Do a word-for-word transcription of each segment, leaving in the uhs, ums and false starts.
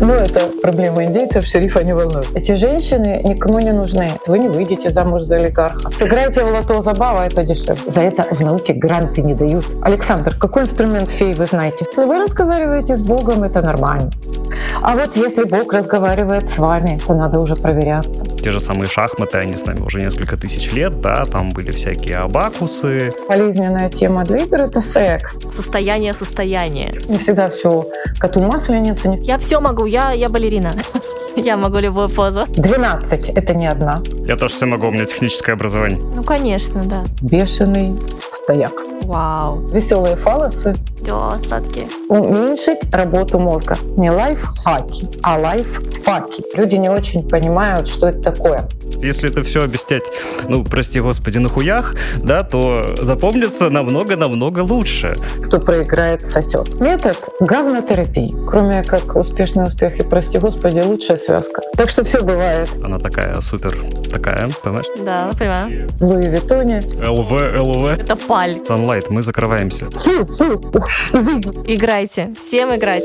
Но это проблема индейцев, шерифа не волнует. Эти женщины никому не нужны. Вы не выйдете замуж за олигарха. Сыграйте в лото, забава, это дешевле. За это в науке гранты не дают. Александр, какой инструмент феи вы знаете? Если вы разговариваете с Богом, это нормально. А вот если Бог разговаривает с вами, то надо уже проверяться. Те же самые шахматы, они с нами уже несколько тысяч лет, да, там были всякие абакусы. Болезненная тема для игр — это секс. Состояние, состояние. Не всегда все коту масленица. Я все могу, я, я балерина. Я могу любую позу. двенадцать — это не одна. Я тоже все могу, у меня техническое образование. Ну, конечно, да. Бешеный стояк. Вау. Веселые фалосы. Да, сладкие. Уменьшить работу мозга. Не лайфхаки, а лайфпаки. Люди не очень понимают, что это такое. Если это все объяснять, ну, прости господи, на хуях, да, то запомнится намного-намного лучше. Кто проиграет, сосет. Метод говнотерапии. Кроме как успешный успех и, прости господи, лучшая связка. Так что все бывает. Она такая супер, такая, понимаешь? Да, понимаю. В Луи Виттоне. ЛВ, ЛВ. Это паль. Sunlight, мы закрываемся. Фу, фу, ух, изыди. Играйте. Всем играть.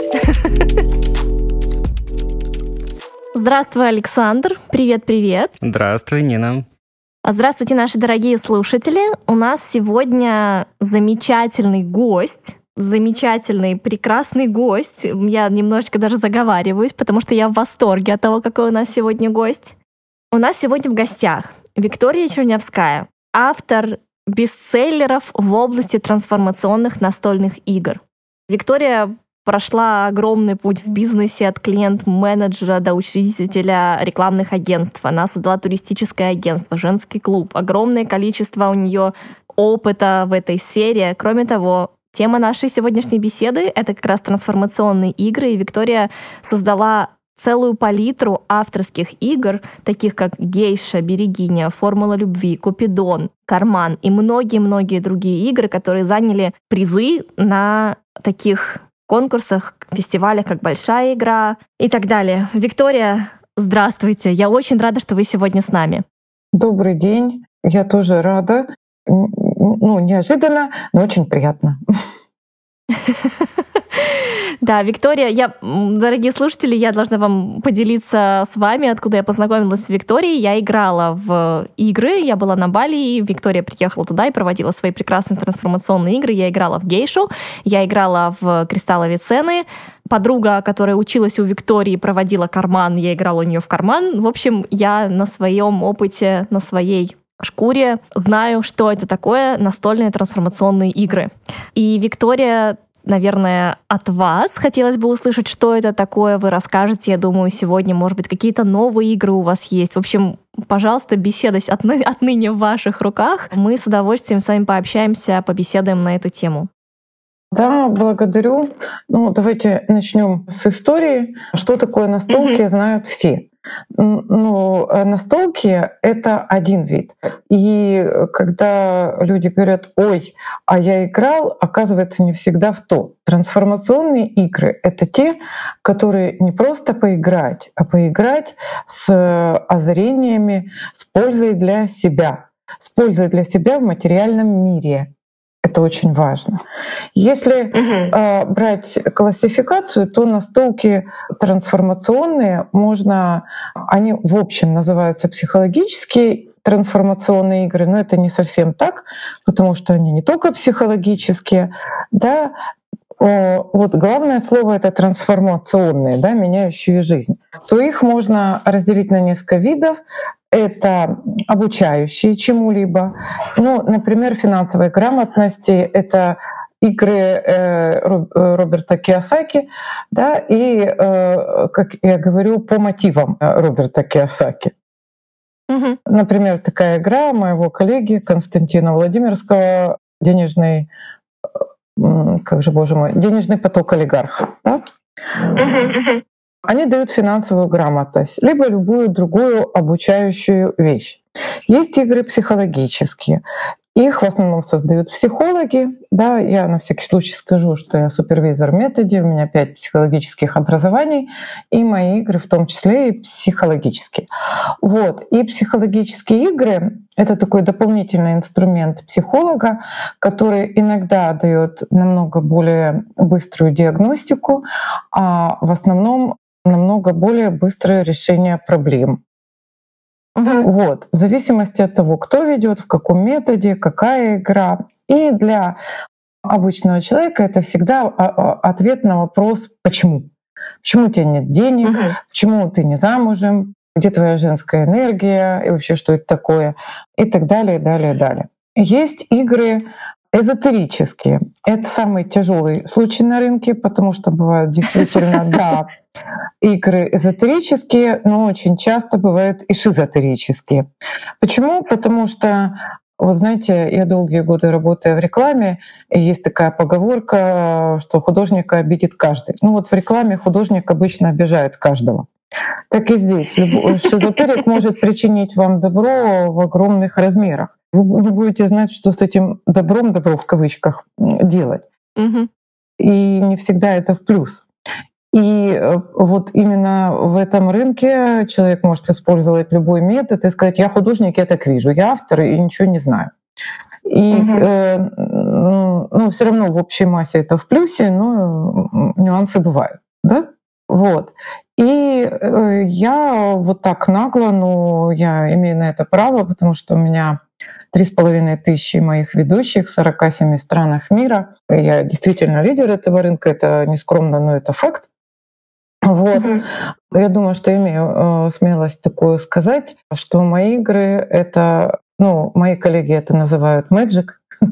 Здравствуй, Александр. Привет-привет. Здравствуй, Нина. Здравствуйте, наши дорогие слушатели. У нас сегодня замечательный гость. Замечательный, прекрасный гость. Я немножечко даже заговариваюсь, потому что я в восторге от того, какой у нас сегодня гость. У нас сегодня в гостях Виктория Чернявская, автор бестселлеров в области трансформационных настольных игр. Виктория прошла огромный путь в бизнесе от клиент-менеджера до учредителя рекламных агентств. Она создала туристическое агентство, женский клуб. Огромное количество у нее опыта в этой сфере. Кроме того, тема нашей сегодняшней беседы — это как раз трансформационные игры, и Виктория создала целую палитру авторских игр, таких как «Гейша», «Берегиня», «Формула любви», «Купидон», «Карман» и многие-многие другие игры, которые заняли призы на таких конкурсах, фестивалях, как «Большая игра» и так далее. Виктория, здравствуйте. Я очень рада, что вы сегодня с нами. Добрый день. Я тоже рада. Ну, неожиданно, но очень приятно. Да, Виктория, я, дорогие слушатели, я должна вам поделиться с вами, откуда я познакомилась с Викторией. Я играла в игры, я была на Бали, и Виктория приехала туда и проводила свои прекрасные трансформационные игры. Я играла в Гейшу, я играла в Кристалл Авиценны. Подруга, которая училась у Виктории, проводила Карман, я играла у нее в Карман. В общем, я на своем опыте, на своей шкуре знаю, что это такое настольные трансформационные игры. И Виктория, наверное, от вас хотелось бы услышать, что это такое, вы расскажете, я думаю, сегодня, может быть, какие-то новые игры у вас есть. В общем, пожалуйста, беседа отны- отныне в ваших руках. Мы с удовольствием с вами пообщаемся, побеседуем на эту тему. Да, благодарю. Ну, давайте начнем с истории. Что такое настолки, mm-hmm. знают все. Ну, настолки — это один вид. И когда люди говорят: «Ой, а я играл», оказывается, не всегда в то. Трансформационные игры — это те, которые не просто поиграть, а поиграть с озарениями, с пользой для себя, с пользой для себя в материальном мире. Это очень важно. Если uh-huh. э, брать классификацию, то настолки трансформационные можно, они в общем называются психологические трансформационные игры, но это не совсем так, потому что они не только психологические, да. Вот главное слово — это трансформационные, да, меняющие жизнь. То их можно разделить на несколько видов. Это обучающие чему-либо. Ну, например, финансовой грамотности — это игры э, Роберта Кийосаки, да, и, э, как я говорю, по мотивам Роберта Кийосаки. Угу. Например, такая игра моего коллеги Константина Владимирского «Денежный, как же, боже мой, денежный поток олигарха». Да? Угу. Они дают финансовую грамотность, либо любую другую обучающую вещь. Есть игры психологические. Их в основном создают психологи. Да, я на всякий случай скажу, что я супервизор в методе, у меня пять психологических образований, и мои игры в том числе и психологические. Вот. И психологические игры — это такой дополнительный инструмент психолога, который иногда дает намного более быструю диагностику, а в основном намного более быстрое решение проблем. Мгм. Вот, в зависимости от того, кто ведет, в каком методе, какая игра. И для обычного человека это всегда а- а- ответ на вопрос «почему?». Почему у тебя нет денег? Мгм. Почему ты не замужем? Где твоя женская энергия? И вообще, что это такое? И так далее, далее, далее. Есть игры эзотерические. Это самый тяжелый случай на рынке, потому что бывают действительно, да, игры эзотерические, но очень часто бывают и шизотерические. Почему? Потому что, вот знаете, я долгие годы работаю в рекламе, и есть такая поговорка, что художника обидит каждый. Ну вот в рекламе художник обычно обижает каждого. Так и здесь. Любой шизотерик может причинить вам добро в огромных размерах. Вы не будете знать, что с этим добром, добро в кавычках, делать. Мгм. И не всегда это в плюс. И э, вот именно в этом рынке человек может использовать любой метод и сказать: я художник, я так вижу, я автор и ничего не знаю. И Мгм. э, м, ну, все равно в общей массе это в плюсе, но м, нюансы бывают, да? Вот. И э, я вот так нагло, но я имею на это право, потому что у меня три с половиной тысячи моих ведущих в сорока семи странах мира. Я действительно лидер этого рынка, это не скромно, но это факт. Вот. Мгм. Я думаю, что имею э, смелость такую сказать, что мои игры — это, ну, мои коллеги это называют magic,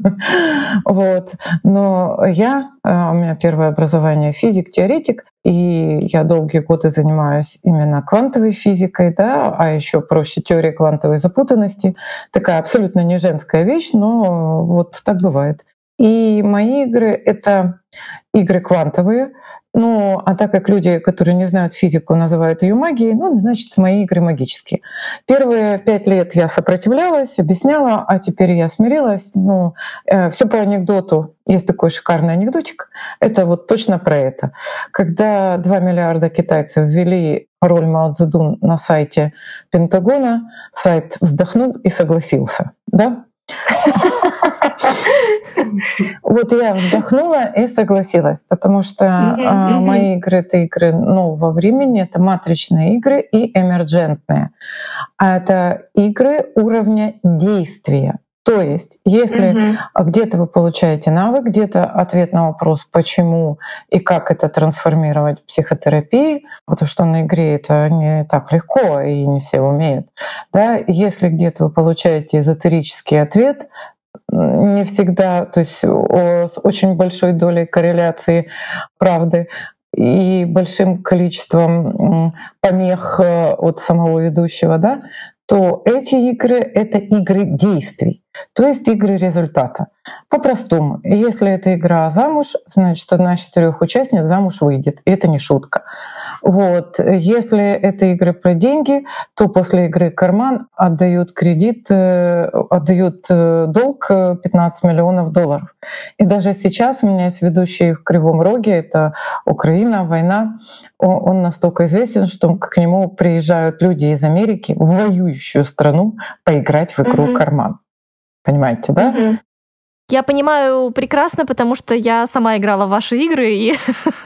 вот. Но я, э, у меня первое образование физик, теоретик, и я долгие годы занимаюсь именно квантовой физикой, да, а еще проще теорией квантовой запутанности. Такая абсолютно не женская вещь, но вот так бывает. И мои игры — это игры квантовые. Ну, а так как люди, которые не знают физику, называют ее магией, ну, значит, мои игры магические. Первые пять лет я сопротивлялась, объясняла, а теперь я смирилась. Ну, э, все по анекдоту. Есть такой шикарный анекдотик. Это вот точно про это. Когда два миллиарда китайцев ввели пароль Мао Цзэдун на сайте Пентагона, сайт вздохнул и согласился. Да? Вот я вздохнула и согласилась, потому что Мгм, а, мгм. мои игры — это игры нового времени, это матричные игры и эмерджентные. А это игры уровня действия. То есть, если Мгм. где-то вы получаете навык, где-то ответ на вопрос «почему» и как это трансформировать в психотерапии, потому что на игре это не так легко и не все умеют. Да? Если где-то вы получаете эзотерический ответ, не всегда, то есть о- с очень большой долей корреляции правды и большим количеством м, помех э, от самого ведущего, да, то эти игры — это игры действий, то есть игры результата. По-простому, если это игра замуж, значит, одна из четырех участниц замуж выйдет, и это не шутка. Вот. Если это игры про деньги, то после игры «Карман» отдают кредит, э, отдают э, долг э, пятнадцать миллионов долларов. И даже сейчас у меня есть ведущий в Кривом Роге, это Украина, война. О- Он настолько известен, что к нему приезжают люди из Америки в воюющую страну поиграть в игру Мгм. «Карман». Понимаете, да? Мгм. Я понимаю прекрасно, потому что я сама играла в ваши игры, и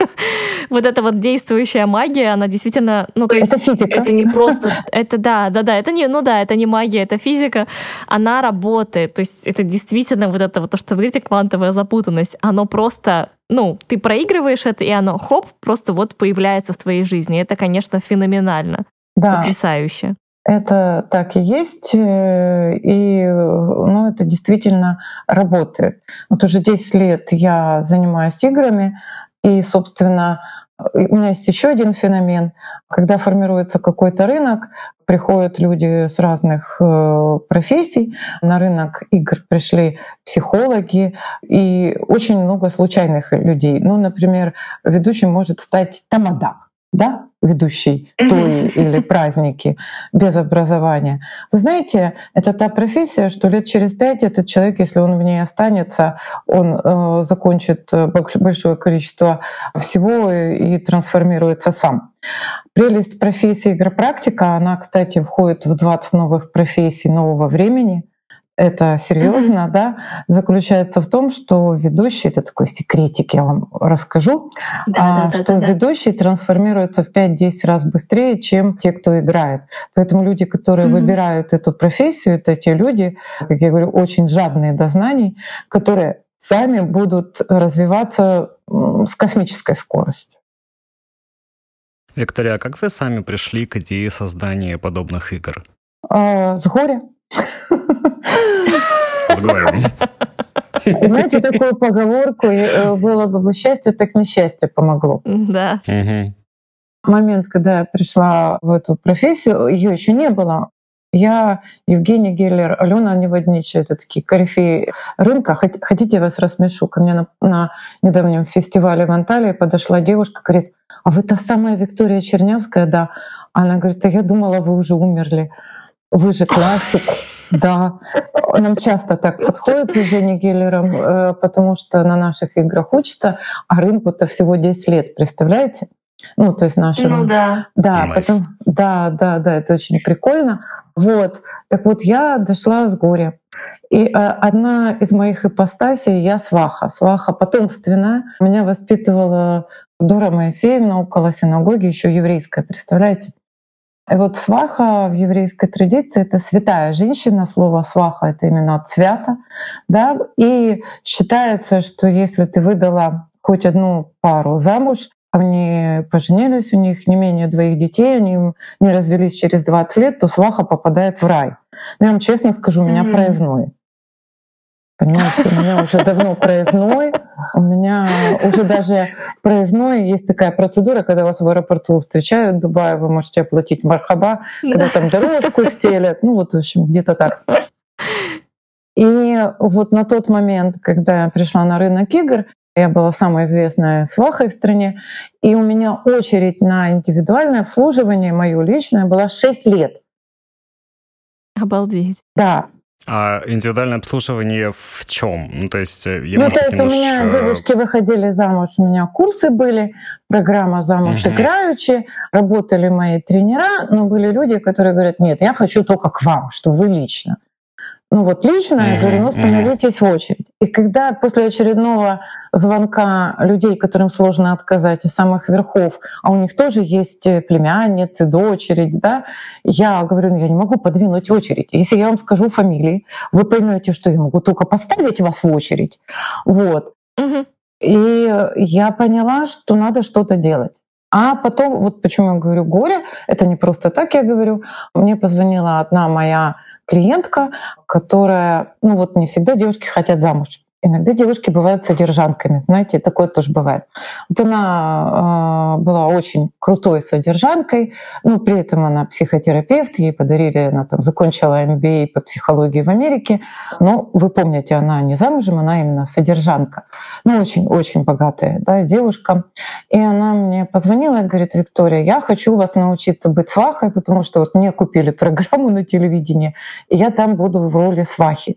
вот эта вот действующая магия, она действительно, ну то Это есть физика. это не просто, это да, да, да, это не, ну да, это не магия, это физика, она работает, то есть это действительно вот это вот то, что вы говорите, квантовая запутанность, оно просто, ну ты проигрываешь это, и оно хоп, просто вот появляется в твоей жизни, это, конечно, феноменально, Да. потрясающе. Это так и есть, э, и э, ну, это действительно работает. Вот уже десять лет я занимаюсь играми, и, собственно, э, у меня есть еще один феномен. Когда формируется какой-то рынок, приходят люди с разных э, профессий. На рынок игр пришли психологи и очень много случайных людей. Ну, например, ведущим может стать тамада, да, ведущий той или праздники без образования. Вы знаете, это та профессия, что лет через пять этот человек, если он в ней останется, он э, закончит большое количество всего и, и трансформируется сам. Прелесть профессии игропрактика, она, кстати, входит в двадцать новых профессий нового времени. это серьезно, mm-hmm. да, заключается в том, что ведущий, это такой секретик, я вам расскажу, да, а, да, что да, да, ведущий трансформируется в пять-десять раз быстрее, чем те, кто играет. Поэтому люди, которые mm-hmm. выбирают эту профессию, это те люди, как я говорю, очень жадные до знаний, которые сами будут развиваться с космической скоростью. Виктория, а как вы сами пришли к идее создания подобных игр? А, с горя. С горем. Знаете такую поговорку: было бы счастье, так несчастье помогло. Да. Угу. Момент, когда я пришла в эту профессию, ее еще не было. Я, Евгений Геллер, Алена Неводничая, это такие корифеи рынка. Хотите, я вас рассмешу? Ко мне на, на недавнем фестивале в Анталии подошла девушка, говорит: а вы та самая Виктория Чернявская? Да. Она говорит: а я думала, вы уже умерли. Вы же классик. Да. Нам часто так подходит с Евгением Геллером, потому что на наших играх учатся, а рынку-то всего десять лет, представляете? Ну, то есть нашему... Ну да. Да, nice. потом... да, да, да, это очень прикольно. Вот. Так вот, я дошла с горя. И э, одна из моих ипостасей — я сваха. Сваха потомственная. Меня воспитывала Дора Моисеевна около синагоги, еще еврейская, представляете? И вот сваха в еврейской традиции — это святая женщина. Слово сваха — это именно от свята. Да? И считается, что если ты выдала хоть одну пару замуж, они поженились, у них не менее двоих детей, они не развелись через двадцать лет, то сваха попадает в рай. Но я вам честно скажу, у меня mm-hmm. проездной. Понимаете, у меня уже давно проездной, у меня уже даже проездной, есть такая процедура, когда вас в аэропорту встречают в Дубае, вы можете оплатить мархаба, когда там дорожку стелят, ну вот, в общем, где-то так. И вот на тот момент, когда я пришла на рынок игр, я была самой известной свахой в стране, и у меня очередь на индивидуальное обслуживание, моё личное, была шесть лет. Обалдеть. Да. А индивидуальное обслуживание в чем? Ну, то есть, я, ну, может, то есть немножко... у меня девушки выходили замуж, у меня курсы были, программа «Замуж uh-huh. играючи», работали мои тренера, но были люди, которые говорят: нет, я хочу только к вам, что вы лично. Ну вот лично, mm-hmm. я говорю, ну становитесь в очередь. И когда после очередного звонка людей, которым сложно отказать, из самых верхов, а у них тоже есть племянницы, дочери, да, я говорю: ну я не могу подвинуть очередь. Если я вам скажу фамилии, вы поймете, что я могу только поставить вас в очередь. Вот. Mm-hmm. И я поняла, что надо что-то делать. А потом, вот почему я говорю горе, это не просто так я говорю, мне позвонила одна моя клиентка, которая, ну вот не всегда девушки хотят замуж. Иногда девушки бывают содержанками, знаете, такое тоже бывает. Вот она э, была очень крутой содержанкой, но при этом она психотерапевт, ей подарили, она там закончила эм би эй по психологии в Америке, но вы помните, она не замужем, она именно содержанка, ну очень-очень богатая, да, девушка. И она мне позвонила и говорит: Виктория, я хочу вас научиться быть свахой, потому что вот мне купили программу на телевидении, и я там буду в роли свахи.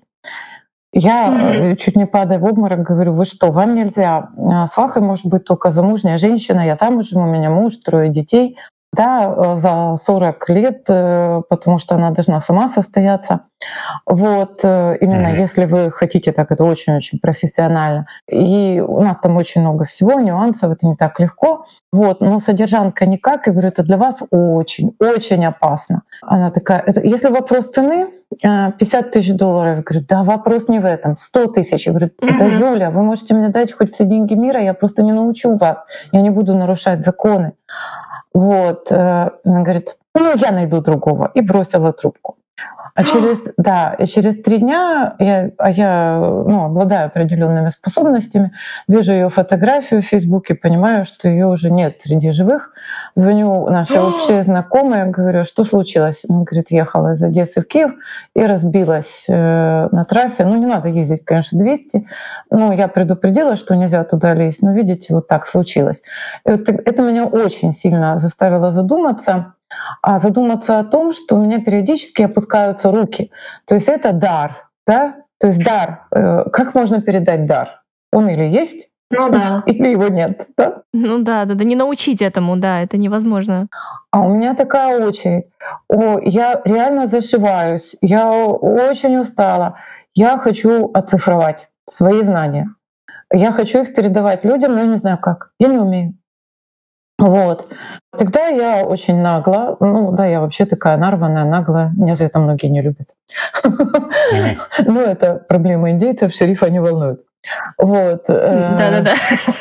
Я mm-hmm. чуть не падая в обморок, говорю: вы что, вам нельзя? Свахой может быть только замужняя женщина, я замужем, у меня муж, трое детей. Да, за сорок лет, потому что она должна сама состояться. Вот, именно mm-hmm. если вы хотите так, это очень-очень профессионально. И у нас там очень много всего, нюансов, это не так легко. Вот, но содержанка никак, я говорю, это для вас очень-очень опасно. Она такая: это, если вопрос цены, пятьдесят тысяч долларов, я говорю: да, вопрос не в этом, сто тысяч. Я говорю: да, mm-hmm. Юля, вы можете мне дать хоть все деньги мира, я просто не научу вас, я не буду нарушать законы. Вот, она говорит: ну, я найду другого, и бросила трубку. А через, да, и через три дня я, а я ну, обладаю определенными способностями, вижу ее фотографию в Фейсбуке, понимаю, что ее уже нет среди живых. Звоню нашей общей знакомой, говорю: что случилось? Она говорит: ехала из Одессы в Киев и разбилась на трассе. Ну, не надо ездить, конечно, двести. Но я предупредила, что нельзя туда лезть. Но, видите, вот так случилось. И вот это меня очень сильно заставило задуматься. А задуматься о том, что у меня периодически опускаются руки. То есть это дар, да? То есть дар. Как можно передать дар? Он или есть, Ну да. Или его нет, да? Ну да, да, да, не научить этому, да, это невозможно. А у меня такая очередь. О, я реально зашиваюсь, я очень устала. Я хочу оцифровать свои знания. Я хочу их передавать людям, но я не знаю как. Я не умею. Вот. Тогда я очень нагло, ну да, я вообще такая нарванная, наглая, меня за это многие не любят. Но это проблема индейцев, шерифа не волнует. Вот. Да-да-да.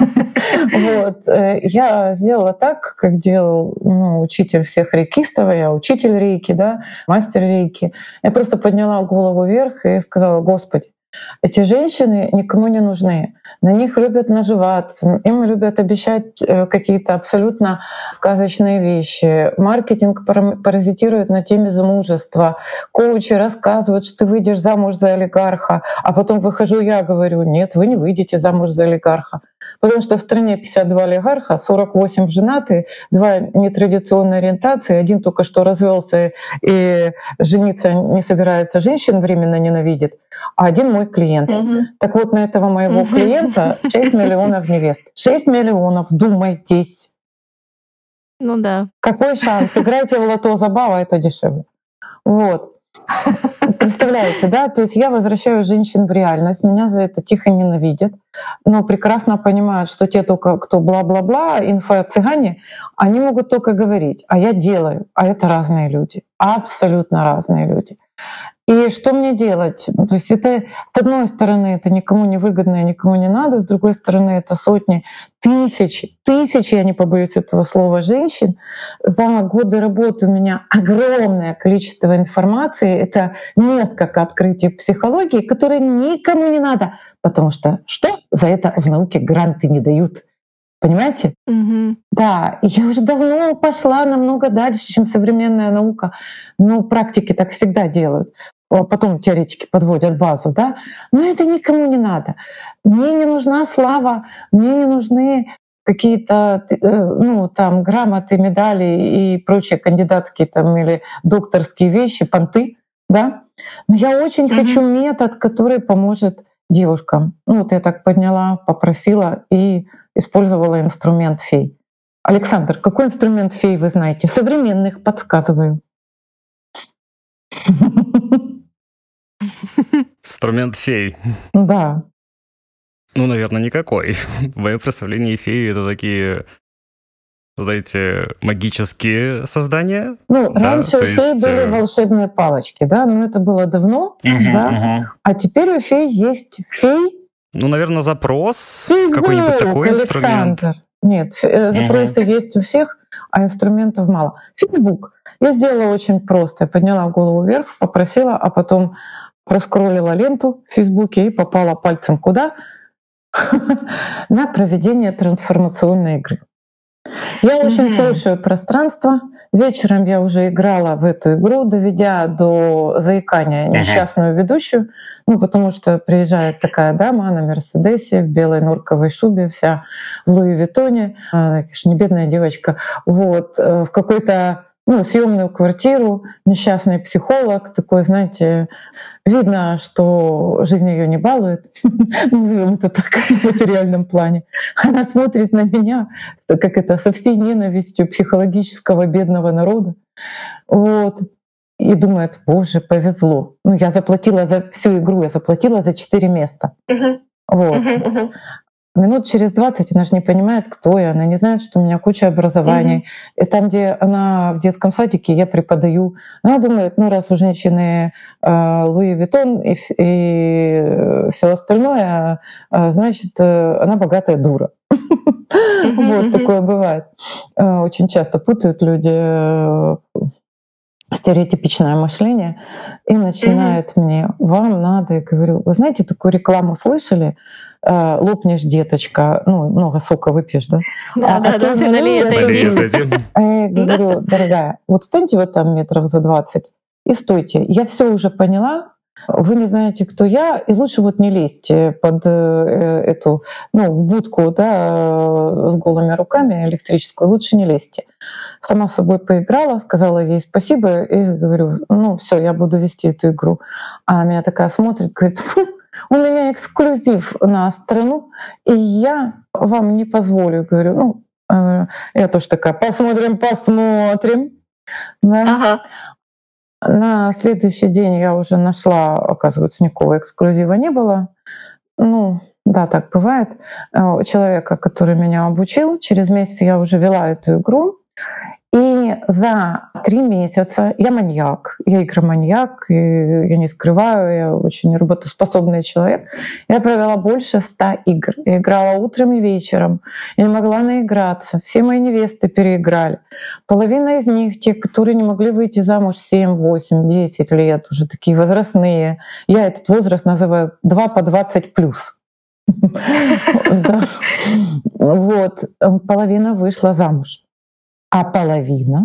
Вот. Я сделала так, как делал ну, учитель всех рейкистов, я учитель рейки, да, мастер рейки. Я просто подняла голову вверх и сказала: Господи, эти женщины никому не нужны. На них любят наживаться, им любят обещать какие-то абсолютно сказочные вещи. Маркетинг паразитирует на теме замужества. Коучи рассказывают, что ты выйдешь замуж за олигарха, а потом выхожу я, говорю: нет, вы не выйдете замуж за олигарха. Потому что в стране пятьдесят два олигарха, сорок восемь женаты, два нетрадиционной ориентации, один только что развелся и жениться не собирается, женщин временно ненавидит, а один мой клиент. Mm-hmm. Так вот, на этого моего mm-hmm. клиента шесть миллионов невест. шесть миллионов, думайтесь. Ну да. Какой шанс? Играйте в лото, забава, это дешевле. Вот. Представляете, да? То есть я возвращаю женщин в реальность, меня за это тихо ненавидят, но прекрасно понимают, что те только, кто бла-бла-бла, инфо-цыгане, они могут только говорить, а я делаю, а это разные люди, абсолютно разные люди. И что мне делать? То есть это, с одной стороны, это никому не выгодно и никому не надо, с другой стороны, это сотни, тысячи, тысячи, я не побоюсь этого слова, женщин. За годы работы у меня огромное количество информации, это несколько открытий психологии, которые никому не надо, потому что что? За это в науке гранты не дают. Понимаете? Mm-hmm. Да, я уже давно пошла намного дальше, чем современная наука. Но практики так всегда делают. Потом теоретики подводят базу, да? Но это никому не надо. Мне не нужна слава, мне не нужны какие-то ну, там, грамоты, медали и прочие кандидатские там, или докторские вещи, понты, да? Но я очень mm-hmm. хочу метод, который поможет девушкам. Ну вот я так подняла, попросила и использовала инструмент фей. Александр, какой инструмент фей вы знаете? Современных, подсказываю. Инструмент фей. Да. Ну, наверное, никакой. В моем представлении феи — это такие, знаете, магические создания. Ну, да, раньше у фей есть... были волшебные палочки, да, но это было давно, uh-huh, да. Uh-huh. А теперь у фей есть фей. Ну, наверное, запрос, Facebook, какой-нибудь такой инструмент. Александр. Нет, запросы uh-huh. есть у всех, а инструментов мало. Facebook. Я сделала очень просто. Я подняла голову вверх, попросила, а потом проскроллила ленту в Фейсбуке и попала пальцем куда? На проведение трансформационной игры. Я очень mm-hmm. слушаю пространство. Вечером я уже играла в эту игру, доведя до заикания несчастную ведущую, ну, потому что приезжает такая дама на Мерседесе в белой норковой шубе, вся в Луи Виттоне, она, конечно, не бедная девочка, вот, в какой-то ну, съемную квартиру, несчастный психолог, такой, знаете, видно, что жизнь ее не балует, назовем это так, в материальном плане. Она смотрит на меня, как это, со всей ненавистью психологического бедного народа. Вот. И думает: боже, повезло. Ну, я заплатила за всю игру, я заплатила за четыре места. Uh-huh. Вот. Uh-huh, uh-huh. Минут через двадцать она же не понимает, кто я, она не знает, что у меня куча образований. Mm-hmm. И там, где она в детском садике, я преподаю. Она думает, ну раз у женщины э, Луи Виттон и, и все остальное, э, значит, э, она богатая дура. Mm-hmm. Вот такое бывает. Э, очень часто путают люди э, стереотипичное мышление и начинает mm-hmm. мне: вам надо, я говорю, вы знаете, такую рекламу слышали? Лопнешь, деточка, ну, много сока выпьешь, да? Да, а, да, а да, ты налей, отойди. А я говорю: дорогая, вот станьте вот там метров за двадцать и стойте. Я все уже поняла, вы не знаете, кто я, и лучше вот не лезьте под эту, ну, в будку, да, с голыми руками электрическую, лучше не лезьте. Сама с собой поиграла, сказала ей спасибо и говорю: ну, все, я буду вести эту игру. А она меня такая смотрит, говорит: у меня эксклюзив на страну, и я вам не позволю, говорю, ну, э, я тоже такая, посмотрим, посмотрим. Да. Ага. На следующий день я уже нашла, оказывается, никакого эксклюзива не было. Ну, да, так бывает. У человека, который меня обучил, через месяц я уже вела эту игру. И за три месяца я маньяк, я игроманьяк, и я не скрываю, я очень работоспособный человек. Я провела больше ста игр. Я играла утром и вечером. Я не могла наиграться. Все мои невесты переиграли. Половина из них, те, которые не могли выйти замуж семь, восемь, десять лет, уже такие возрастные. Я этот возраст называю два по двадцать плюс. Вот. Половина вышла замуж. А половина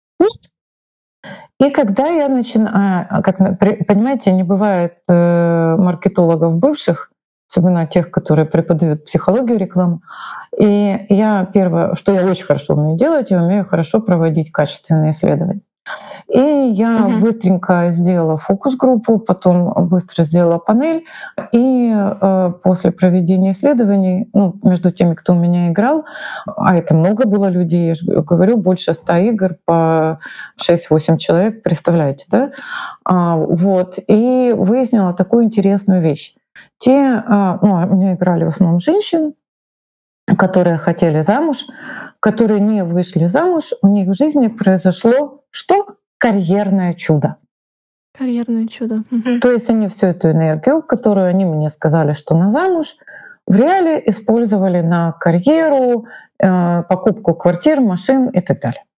нет. И когда я начинаю, как, понимаете, не бывает э, маркетологов бывших, особенно тех, которые преподают психологию, рекламу. И я первое, что я очень хорошо умею делать, я умею хорошо проводить качественные исследования. И я uh-huh. быстренько сделала фокус-группу, потом быстро сделала панель. И э, после проведения исследований, ну, между теми, кто у меня играл, а это много было людей, я же говорю, больше ста игр по шесть-восемь человек, представляете, да? А, вот. И выяснила такую интересную вещь. Те, а, ну, у меня играли в основном женщины, которые хотели замуж, которые не вышли замуж, у них в жизни произошло что? Карьерное чудо. Карьерное чудо. Угу. То есть они всю эту энергию, которую они мне сказали, что на замуж, в реале использовали на карьеру, э, покупку квартир, машин и так далее.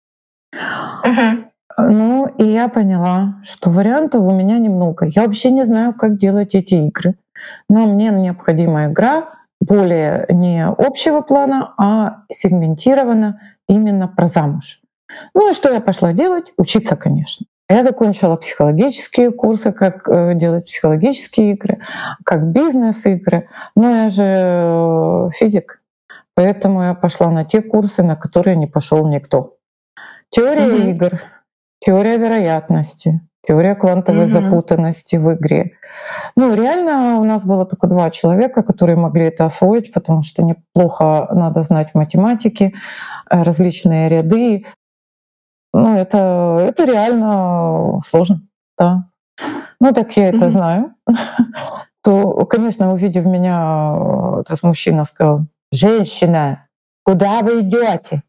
Угу. Ну и я поняла, что вариантов у меня немного. Я вообще не знаю, как делать эти игры. Но мне необходима игра более не общего плана, а сегментирована именно про замуж. Ну и что я пошла делать? Учиться, конечно. Я закончила психологические курсы, как делать психологические игры, как бизнес-игры. Но я же физик, поэтому я пошла на те курсы, на которые не пошел никто. Теория mm-hmm. игр, теория вероятности, теория квантовой mm-hmm. запутанности в игре. Ну, реально у нас было только два человека, которые могли это освоить, потому что неплохо надо знать математики, различные ряды. Ну, это, это реально сложно, да. Ну, так я это mm-hmm. знаю. То, конечно, увидев меня, этот мужчина сказал: «Женщина, куда вы идете?»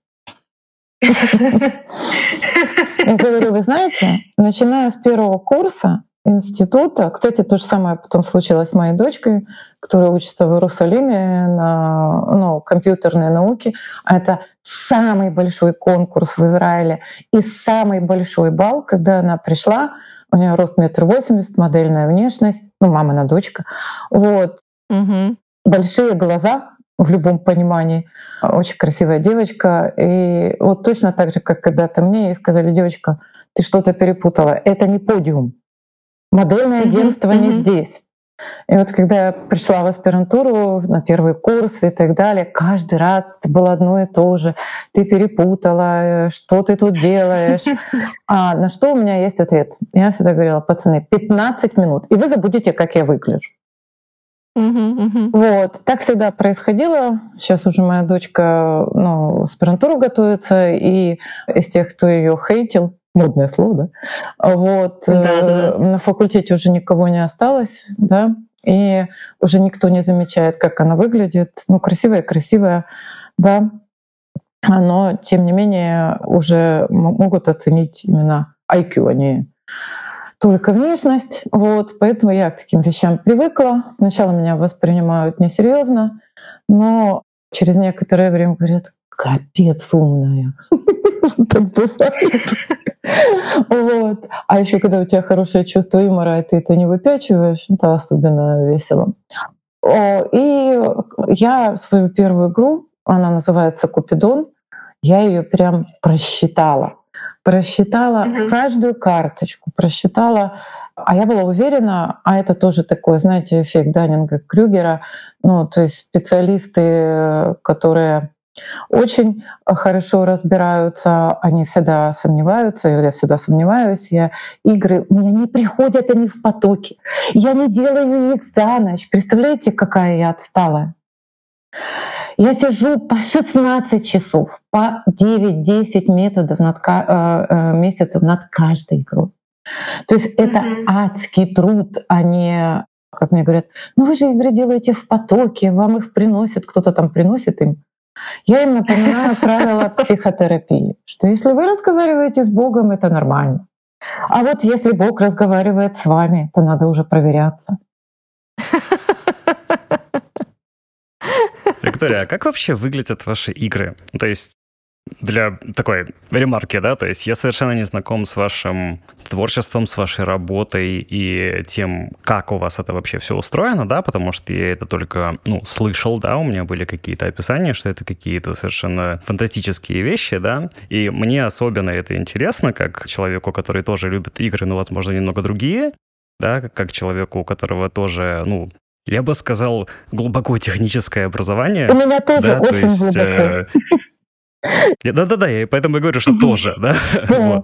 Я говорю: вы знаете, начиная с первого курса института, кстати, то же самое потом случилось с моей дочкой, которая учится в Иерусалиме на ну, компьютерной науке. А это самый большой конкурс в Израиле и самый большой балл, когда она пришла. У нее рост метр восемьдесят, модельная внешность, ну, мамина дочка. Вот. Угу. Большие глаза в любом понимании. Очень красивая девочка. И вот точно так же, как когда-то мне ей сказали: девочка, ты что-то перепутала. Это не подиум. Модельное агентство uh-huh, не uh-huh. здесь. И вот когда я пришла в аспирантуру на первый курс и так далее, каждый раз это было одно и то же. Ты перепутала, что ты тут делаешь. А на что у меня есть ответ? Я всегда говорила: пацаны, пятнадцать минут, и вы забудете, как я выгляжу. Uh-huh, uh-huh. Вот, так всегда происходило. Сейчас уже моя дочка, ну, в аспирантуру готовится, и из тех, кто ее хейтил, модное слово, да? Вот, да, да, да. На факультете уже никого не осталось, да, и уже никто не замечает, как она выглядит. Ну, красивая, красивая, да, но, тем не менее, уже могут оценить именно ай кью, а не только внешность. Вот, поэтому я к таким вещам привыкла. Сначала меня воспринимают несерьезно, но через некоторое время говорят: капец умная. Так бывает. Вот. А еще когда у тебя хорошее чувство юмора, и ты это не выпячиваешь, это особенно весело. И я свою первую игру, она называется «Купидон», я ее прям просчитала. Просчитала uh-huh. каждую карточку, просчитала. А я была уверена, а это тоже такой, знаете, эффект Даннинга-Крюгера, ну, то есть специалисты, которые очень хорошо разбираются, они всегда сомневаются, я всегда сомневаюсь, я игры, у меня не приходят они в потоки, я не делаю их за ночь. Представляете, какая я отсталая? Я сижу по шестнадцать часов, по девять-десять методов над, э, месяцев над каждой игрой. То есть mm-hmm. это адский труд, а не, как мне говорят, ну вы же игры делаете в потоке, вам их приносят, кто-то там приносит им. Я им напоминаю правила психотерапии, что если вы разговариваете с Богом, это нормально. А вот если Бог разговаривает с вами, то надо уже проверяться. Виктория, а как вообще выглядят ваши игры? То есть для такой ремарки, да, то есть я совершенно не знаком с вашим творчеством, с вашей работой и тем, как у вас это вообще все устроено, да, потому что я это только, ну, слышал, да, у меня были какие-то описания, что это какие-то совершенно фантастические вещи, да, и мне особенно это интересно, как человеку, который тоже любит игры, но, возможно, немного другие, да, как человеку, у которого тоже, ну, я бы сказал, глубоко техническое образование. У меня тоже да, очень то есть, глубоко. Да-да-да, я поэтому и говорю, что тоже, да. Вот.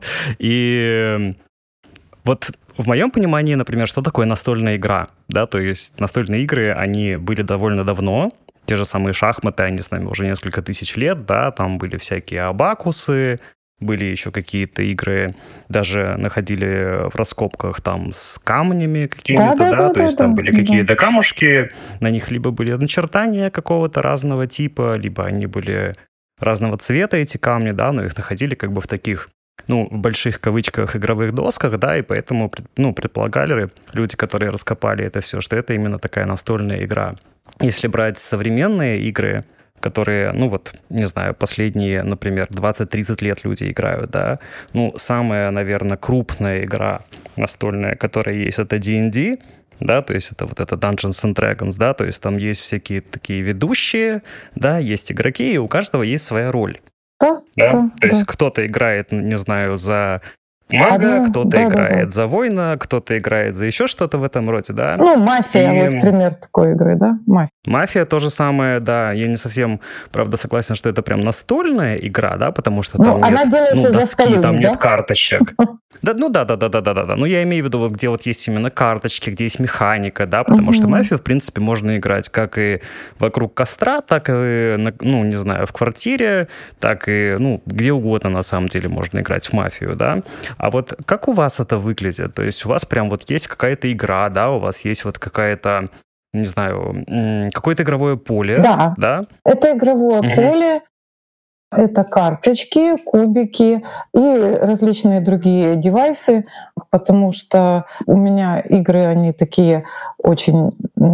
И вот в моем понимании, например, что такое настольная игра, да, то есть настольные игры, они были довольно давно, те же самые шахматы, они с нами уже несколько тысяч лет, да, там были всякие абакусы, были еще какие-то игры, даже находили в раскопках там с камнями какими-то, да, да, да, то есть да, там да, были да. какие-то камушки, на них либо были начертания какого-то разного типа, либо они были разного цвета, эти камни, да, но их находили как бы в таких, ну, в больших кавычках игровых досках, да, и поэтому, ну, предполагали люди, которые раскопали это все, что это именно такая настольная игра. Если брать современные игры, которые, ну вот, не знаю, последние, например, двадцать-тридцать лет люди играют, да, ну, самая, наверное, крупная игра настольная, которая есть, это ди энд ди, да, то есть это вот это Dungeons and Dragons, да, то есть там есть всякие такие ведущие, да, есть игроки, и у каждого есть своя роль. Да, да? да, то есть да. кто-то играет, не знаю, за мага, Одна, кто-то да, играет да, да. за воина, кто-то играет за еще что-то в этом роде, да. Ну, мафия, и... вот пример такой игры, да, мафия. Мафия то же самое, да, я не совсем, правда, согласен, что это прям настольная игра, да, потому что там ну, нет ну, доски, столом, там да? нет карточек. Да, ну да, да, да, да, да, да, да. Ну, я имею в виду, вот где вот есть именно карточки, где есть механика, да, потому что мафию, в принципе, можно играть как и вокруг костра, так и, ну, не знаю, в квартире, так и, ну, где угодно, на самом деле, можно играть в мафию, да. А вот как у вас это выглядит? То есть у вас прям вот есть какая-то игра, да, у вас есть вот какая-то, не знаю, какое-то игровое поле, да? Да, это игровое угу. поле, это карточки, кубики и различные другие девайсы, потому что у меня игры, они такие очень,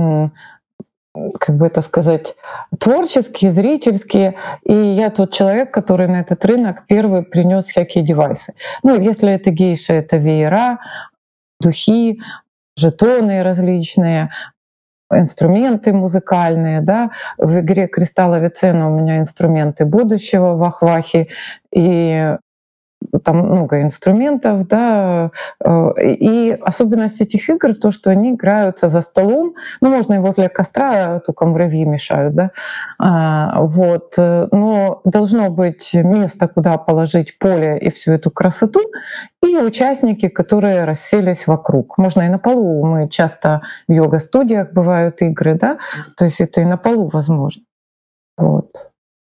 как бы это сказать, творческие, зрительские, и я тот человек, который на этот рынок первый принес всякие девайсы. Ну, если это гейша, это веера, духи, жетоны различные, инструменты музыкальные, да. В игре «Кристалл Авиценна» у меня инструменты будущего в Ахвахе, и там много инструментов, да, и особенность этих игр то, что они играются за столом, ну, можно и возле костра, только муравьи мешают, да, вот, но должно быть место, куда положить поле и всю эту красоту, и участники, которые расселись вокруг. Можно и на полу, мы часто в йога-студиях бывают игры, да, то есть это и на полу возможно, вот.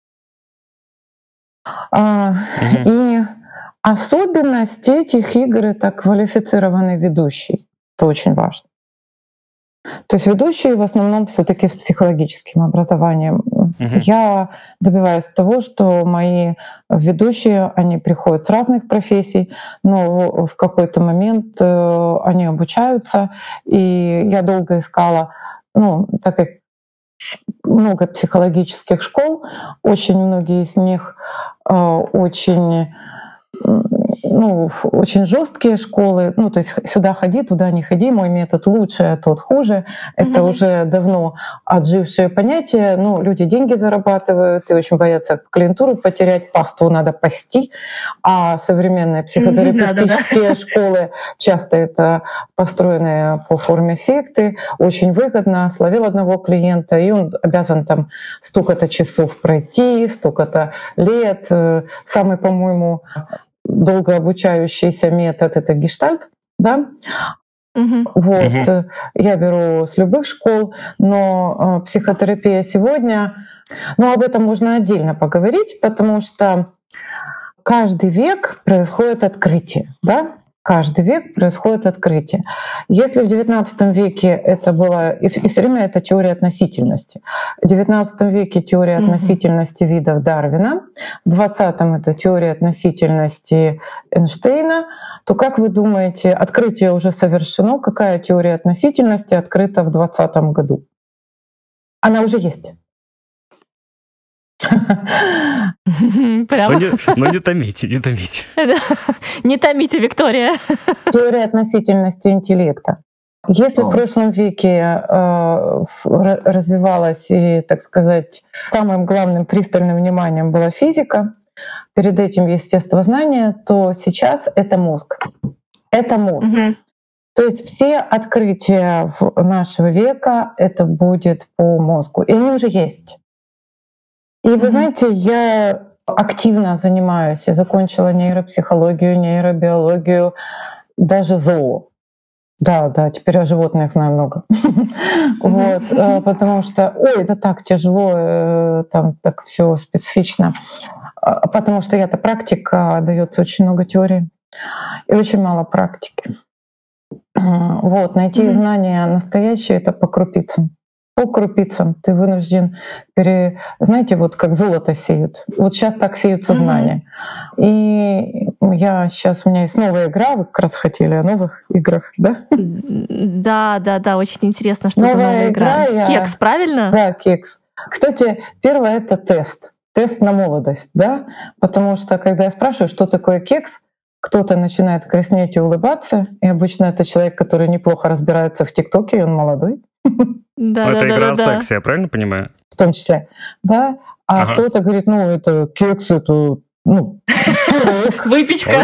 А, mm-hmm. И особенность этих игр — это квалифицированный ведущий. Это очень важно. То есть ведущие в основном все-таки с психологическим образованием. Uh-huh. Я добиваюсь того, что мои ведущие, они приходят с разных профессий, но в какой-то момент они обучаются. И я долго искала, ну, так как много психологических школ, очень многие из них очень ну, очень жесткие школы, ну, то есть сюда ходи, туда не ходи, мой метод лучше, а тот хуже. Это mm-hmm. уже давно отжившее понятие. Ну, люди деньги зарабатывают и очень боятся клиентуру потерять, паству надо пасти, а современные психотерапевтические школы часто это построенные по форме секты, очень выгодно. Словил одного клиента, и он обязан там столько-то часов пройти, столько-то лет. Самый, по-моему, долго обучающийся метод — это гештальт, да? Uh-huh. Вот. Uh-huh. Я беру с любых школ, но психотерапия сегодня, ну, об этом можно отдельно поговорить, потому что каждый век происходит открытие, да? Каждый век происходит открытие. Если в девятнадцатом веке это было, и все время это теория относительности. В девятнадцатом веке теория mm-hmm. относительности видов Дарвина, в двадцатом это теория относительности Эйнштейна, то как вы думаете, открытие уже совершено? Какая теория относительности открыта в двадцатом году? Она уже есть. Прямо. Но не, но не томите, не томите. Не томите, Виктория. Теория относительности интеллекта. Если О. в прошлом веке э, развивалась и, так сказать, самым главным пристальным вниманием была физика, перед этим естествознание, то сейчас это мозг. Это мозг. Угу. То есть все открытия нашего века это будет по мозгу. И они уже есть. И вы mm-hmm. знаете, я активно занимаюсь, я закончила нейропсихологию, нейробиологию, даже зоо. Да, да, теперь о животных знаю много. Вот, потому что, ой, это так тяжело, там так все специфично. Потому что я-то практика, дается очень много теории и очень мало практики. Вот, найти знания настоящие — это по крупицам. По крупицам ты вынужден, пере... знаете, вот как золото сеют. Вот сейчас так сеют сознание. Mm-hmm. И я сейчас, у меня есть новая игра, вы как раз хотели о новых играх, да? Да, да, да, очень интересно, что новая за новая игра. игра. Я... Кекс, правильно? Да, кекс. Кстати, первое — это тест. Тест на молодость, да? Потому что, когда я спрашиваю, что такое кекс, кто-то начинает краснеть и улыбаться, и обычно это человек, который неплохо разбирается в ТикТоке, и он молодой. Да, это да, игра да, о да. сексе, я правильно понимаю? В том числе, да. А ага. кто-то говорит, ну, это кекс, это, ну, пирог. Выпечка.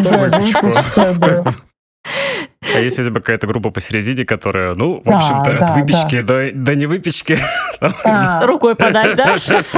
А если бы какая-то группа посередине, которая, ну, в общем-то, от выпечки до не выпечки... Рукой подать, да?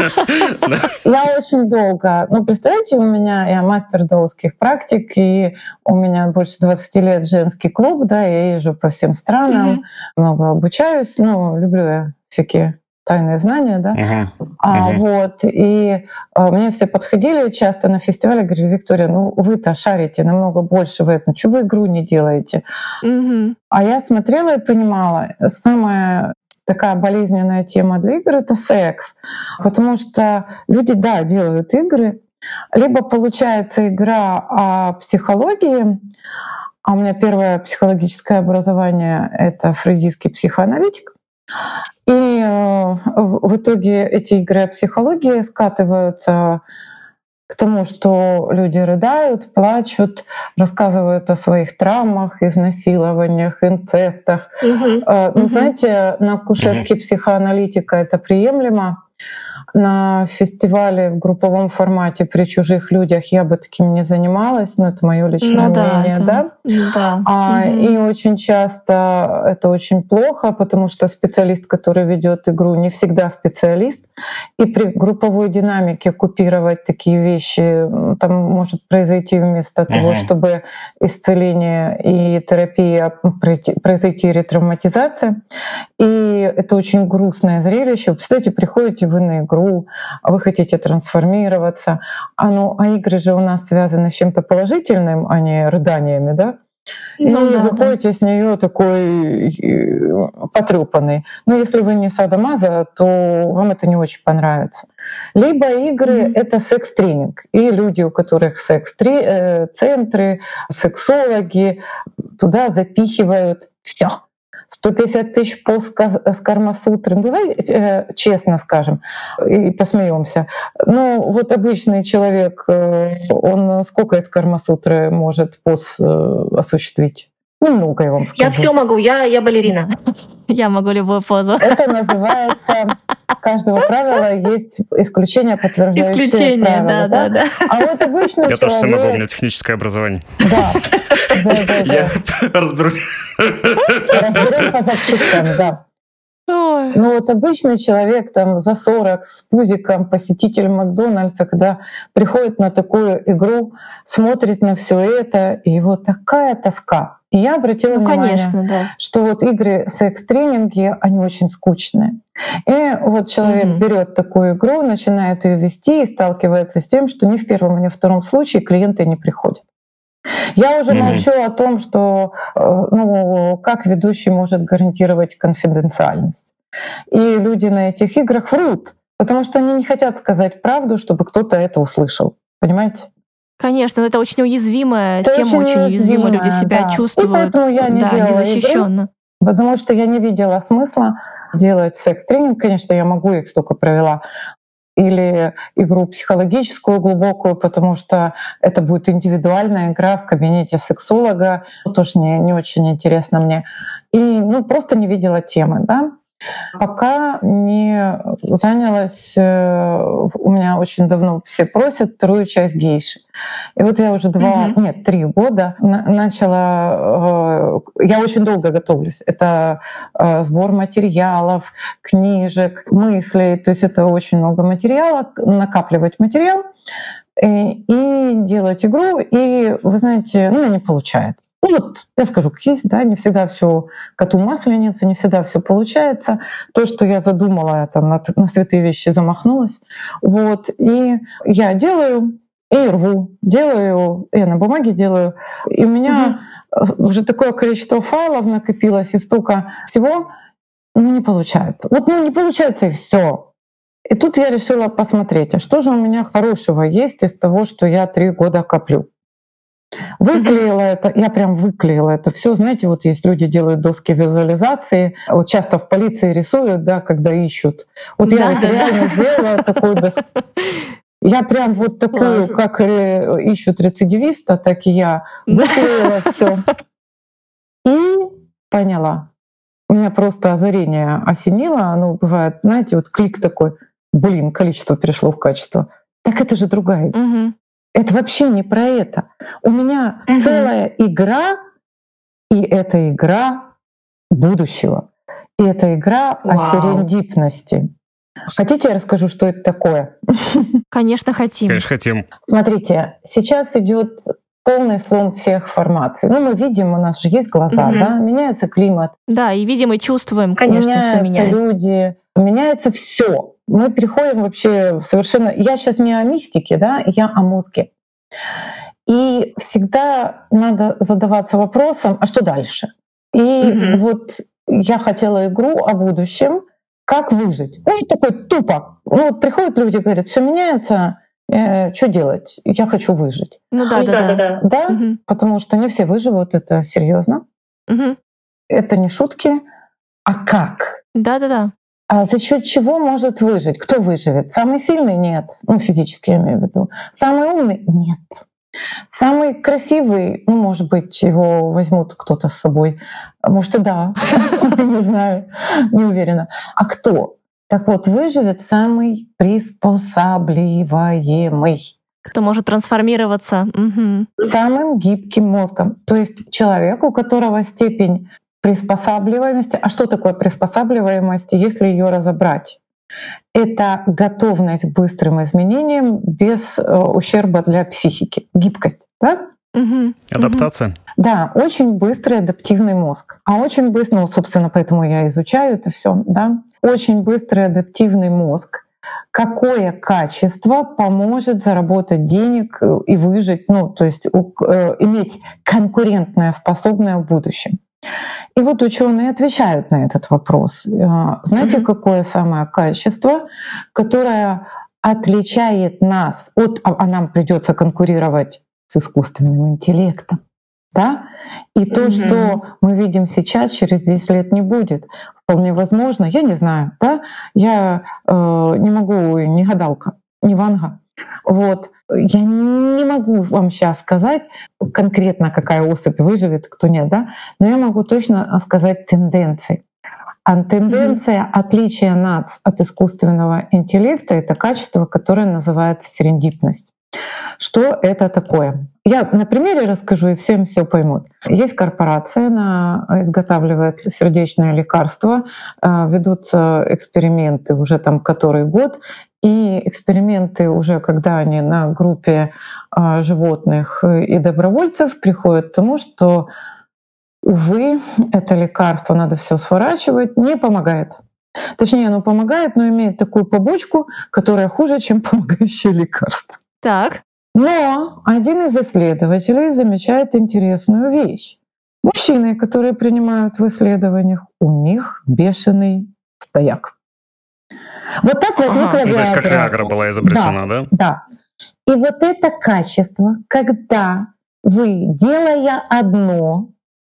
Я очень долго... Ну, представляете, у меня, я мастер даосских практик, и у меня больше двадцати лет женский клуб, да, я езжу по всем странам, много обучаюсь, ну, люблю я всякие тайные знания, да. Uh-huh. А, uh-huh. Вот, и а, мне все подходили часто на фестивале, говорили: Виктория, ну вы-то шарите намного больше в этом, чего вы игру не делаете? Uh-huh. А я смотрела и понимала, самая такая болезненная тема для игр — это секс, потому что люди, да, делают игры, либо получается игра о психологии, а у меня первое психологическое образование — это фрейдистский психоаналитик. И э, в итоге эти игры о психологии скатываются к тому, что люди рыдают, плачут, рассказывают о своих травмах, изнасилованиях, инцестах. Uh-huh. Э, ну, uh-huh. знаете, на кушетке uh-huh. психоаналитика это приемлемо. На фестивале в групповом формате при чужих людях я бы таким не занималась, но это мое личное ну, мнение, да? да? да. А, угу. И очень часто это очень плохо, потому что специалист, который ведет игру, не всегда специалист, и при групповой динамике купировать такие вещи там может произойти вместо угу. того, чтобы исцеление и терапия произойти ретравматизация. И это очень грустное зрелище. Представляете, приходите вы на игру, вы хотите трансформироваться, а, ну, а игры же у нас связаны с чем-то положительным, а не рыданиями, да? И ну, да, выходите да. с нее такой потрепанный. Но если вы не садомаза, то вам это не очень понравится. Либо игры mm-hmm. — это секс-тренинг. И люди, у которых секс-центры, сексологи, туда запихивают все. сто пятьдесят тысяч поз с Кармасутры. Ну, давай э, честно скажем и посмеемся. Ну, вот обычный человек, э, он сколько из Кармасутры может поз э, осуществить? Немного, я вам скажу. Я все могу, я, я балерина. Я могу любую позу. Это называется, каждого правила есть исключение, подтверждающее исключение, правило. Да, да, да. А вот обычный я человек... тоже сам могу, у меня техническое образование. Да, да, да. Я разберусь. Разберем по запчастям, да. Ой. Ну вот обычный человек там за сорок с пузиком, посетитель Макдональдса, когда приходит на такую игру, смотрит на все это, и вот такая тоска. И я обратила ну, внимание, конечно, да. что вот игры секс-тренинги, они очень скучные. И вот человек mm-hmm. берет такую игру, начинает ее вести и сталкивается с тем, что ни в первом, ни во втором случае клиенты не приходят. Я уже mm-hmm. молчу о том, что ну, как ведущий может гарантировать конфиденциальность. И люди на этих играх врут, потому что они не хотят сказать правду, чтобы кто-то это услышал. Понимаете? Конечно, это очень уязвимая это тема, очень, очень уязвимо люди себя да. чувствуют. И поэтому я не да, делала незащищенно. Игры, потому что я не видела смысла делать секс-тренинг. Конечно, я могу, их столько провела. Или игру психологическую глубокую, потому что это будет индивидуальная игра в кабинете сексолога. Тоже не, не очень интересно мне. И ну, просто не видела темы, да. Пока не занялась, у меня очень давно все просят вторую часть гейши. И вот я уже два, mm-hmm. нет, три года начала, я очень долго готовлюсь. Это сбор материалов, книжек, мыслей, то есть это очень много материала, накапливать материал и, и делать игру, и вы знаете, ну, не получается. Ну вот, я скажу, как есть, да, не всегда все коту масленица, не всегда все получается. То, что я задумала, я там на, на святые вещи замахнулась. Вот, и я делаю, и рву, делаю, я на бумаге делаю. И у меня угу. уже такое количество файлов накопилось, и столько всего, ну не получается. Вот ну не получается, и все. И тут я решила посмотреть, а что же у меня хорошего есть из того, что я три года коплю. Выклеила mm-hmm. это, я прям выклеила это все. Знаете, вот есть люди делают доски визуализации, вот часто в полиции рисуют, да, когда ищут. Вот да, я вот да, реально да. сделала такую доску. Я прям вот такую, Класс. Как ищут рецидивиста, так и я выклеила все и поняла. У меня просто озарение осенило. Оно бывает, знаете, вот клик такой, блин, количество перешло в качество. Так это же другая. Mm-hmm. Это вообще не про это. У меня uh-huh. целая игра, и это игра будущего. И это игра wow. о серендипности. Хотите, я расскажу, что это такое? Конечно, хотим. Конечно, хотим. Смотрите, сейчас идет полный слом всех формаций. Ну, мы видим, у нас же есть глаза, uh-huh. да, меняется климат. Да, и видим, и чувствуем, конечно, меняются все меняется. люди, меняется все. Мы переходим вообще в совершенно... Я сейчас не о мистике, да, я о мозге. И всегда надо задаваться вопросом, а что дальше? И mm-hmm. вот я хотела игру о будущем, как выжить. Ну, такой тупо. Ну, вот приходят люди и говорят, все меняется, э, что делать? Я хочу выжить. Ну да, да, да. Да, да? Mm-hmm. Потому что не все выживут, это серьезно. Mm-hmm. Это не шутки. А как? Да-да-да. А за счет чего может выжить? Кто выживет? Самый сильный? Нет. Ну, физически я имею в виду. Самый умный? Нет. Самый красивый? Ну, может быть, его возьмут кто-то с собой. Может, и да. Не знаю. Не уверена. А кто? Так вот, выживет самый приспосабливаемый. Кто может трансформироваться. Самым гибким мозгом. То есть человек, у которого степень приспосабливаемости. А что такое приспосабливаемость, если ее разобрать? Это готовность к быстрым изменениям без э, ущерба для психики. Гибкость, да? Угу. Адаптация. Да, очень быстрый адаптивный мозг. А очень быстро, ну, собственно, поэтому я изучаю это все, да? Очень быстрый адаптивный мозг. Какое качество поможет заработать денег и выжить, ну, то есть э, иметь конкурентное способное в будущем? И вот ученые отвечают на этот вопрос. Знаете, mm-hmm. какое самое качество, которое отличает нас от, а нам придется конкурировать с искусственным интеллектом? Да? И то, mm-hmm. что мы видим сейчас, через десять лет не будет. Вполне возможно, я не знаю, да? Я э, не могу, не гадалка, не ванга. Вот. Я не могу вам сейчас сказать конкретно, какая особь выживет, кто нет, да? Но я могу точно сказать тенденции. А тенденция mm-hmm. отличия нас от искусственного интеллекта — это качество, которое называется серендипность. Что это такое? Я на примере расскажу, и всем все поймут. Есть корпорация, она изготавливает сердечные лекарства, ведутся эксперименты уже там который год, и эксперименты уже, когда они на группе животных и добровольцев, приходят к тому, что, увы, это лекарство, надо все сворачивать, не помогает. Точнее, оно помогает, но имеет такую побочку, которая хуже, чем помогающее лекарство. Так. Но один из исследователей замечает интересную вещь. Мужчины, которые принимают в исследованиях, у них бешеный стояк. Вот так возникла ага. Виагра. То есть как Виагра была изобретена, да? Да, да. И вот это качество, когда вы, делая одно,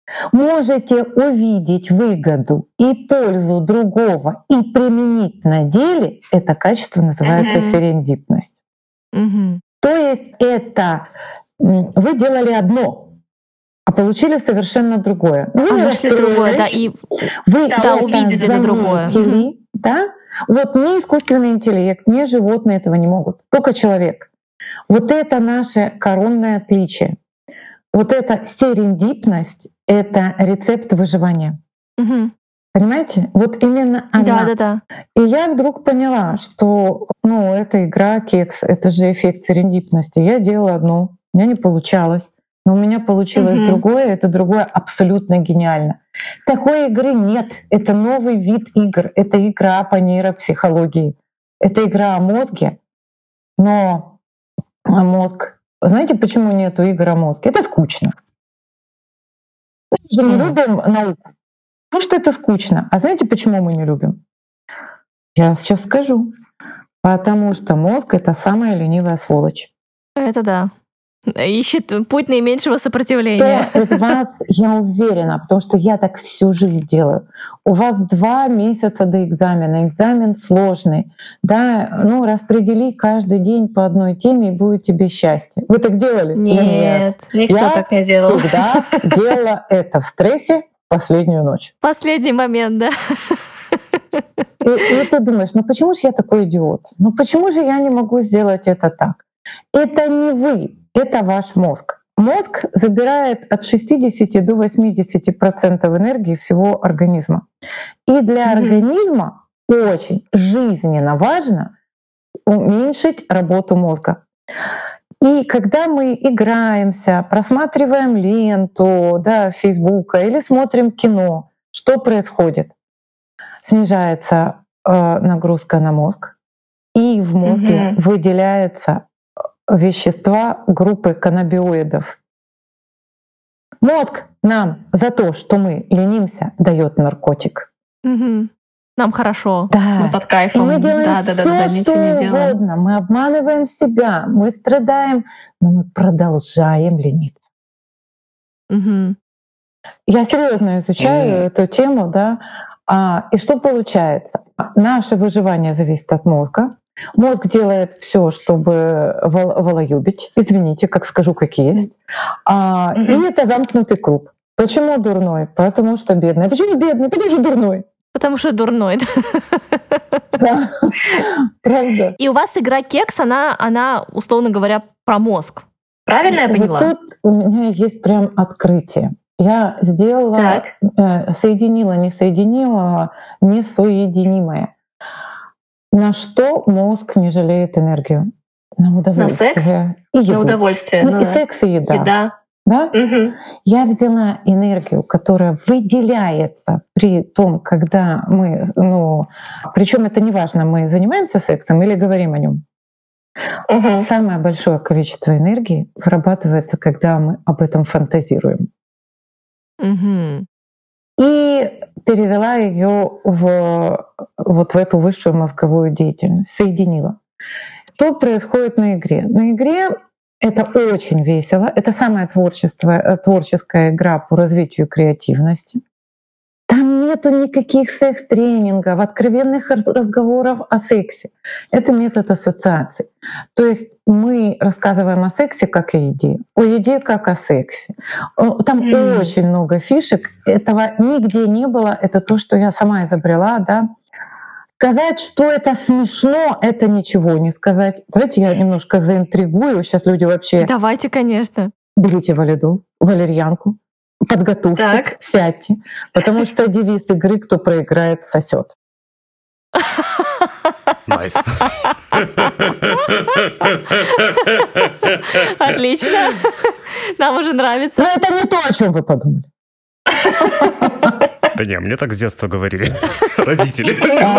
можете увидеть выгоду и пользу другого и применить на деле, это качество называется uh-huh. серендипность. Uh-huh. То есть это вы делали одно, а получили совершенно другое. Вы а нашли другое, да, и вы да, увидеть это другое. Uh-huh. Да? Вот ни искусственный интеллект, ни животные этого не могут, только человек. Вот это наше коронное отличие. Вот эта серендипность — это рецепт выживания. Угу. Понимаете? Вот именно она. Да, да, да. И я вдруг поняла, что ну, эта игра кекс, это же эффект серендипности. Я делала одну, у меня не получалось. Но у меня получилось угу. другое, это другое абсолютно гениально. Такой игры нет. Это новый вид игр. Это игра по нейропсихологии. Это игра о мозге. Но мозг... Знаете, почему нету игр о мозге? Это скучно. Мы же не mm. любим науку. Потому что это скучно. А знаете, почему мы не любим? Я сейчас скажу. Потому что мозг — это самая ленивая сволочь. Это да. Ищет путь наименьшего сопротивления. Кто из вас, я уверена, потому что я так всю жизнь делаю. У вас два месяца до экзамена. Экзамен сложный. Да, ну распредели каждый день по одной теме, и будет тебе счастье. Вы так делали? Нет, Нет. никто я так не делал. Я всегда делала это в стрессе в последнюю ночь. Последний момент, да. И, и ты думаешь, ну почему же я такой идиот? Ну почему же я не могу сделать это так? Это не вы. Это ваш мозг. Мозг забирает от шестидесяти до восьмидесяти процентов энергии всего организма. И для mm-hmm. организма очень жизненно важно уменьшить работу мозга. И когда мы играемся, просматриваем ленту, да, Фейсбука или смотрим кино, что происходит? Снижается э, нагрузка на мозг, и в мозге mm-hmm. выделяется вещества группы каннабиоидов. Мозг нам за то, что мы ленимся, дает наркотик. Угу. Нам хорошо, да. мы под кайфом. И мы делаем да, все, да, да, да, что не угодно. делаем. Мы обманываем себя, мы страдаем, но мы продолжаем лениться. Угу. Я серьезно изучаю mm. эту тему, да. А, и что получается? Наше выживание зависит от мозга. Мозг делает все, чтобы волоюбить, извините, как скажу, как есть. А, mm-hmm. И это замкнутый круг. Почему дурной? Потому что бедный. А почему бедный? Потому что дурной. Потому что дурной. Да, правда. И у вас игра кекс, она, она, условно говоря, про мозг. Правильно я поняла? Вот тут у меня есть прям открытие. Я сделала, э, соединила, не соединила, несоединимое. На что мозг не жалеет энергию? На удовольствие. На секс? И еду. На удовольствие. Ну, ну, и да. секс, и еда. Еда. Да? Угу. Я взяла энергию, которая выделяется при том, когда мы, ну, причем это не важно, мы занимаемся сексом или говорим о нем. Угу. Самое большое количество энергии вырабатывается, когда мы об этом фантазируем. Угу. И перевела ее в, вот в эту высшую мозговую деятельность, соединила. Что происходит на игре? На игре Это очень весело. Это самая творчество, творческая игра по развитию креативности. Там нету никаких секс-тренингов, откровенных разговоров о сексе. Это метод ассоциаций. То есть мы рассказываем о сексе как о еде, о еде как о сексе. Там mm. очень много фишек. Этого нигде не было. Это то, что я сама изобрела, да. Сказать, что это смешно, это ничего не сказать. Давайте я немножко заинтригую. Сейчас люди вообще... Давайте, конечно. Берите валиду, валерьянку. Подготовьтесь, так. Сядьте, потому что девиз игры «Кто проиграет, сосет». Найс. Отлично. Нам уже нравится. Но это не то, о чем вы подумали. Да не, мне так с детства говорили родители.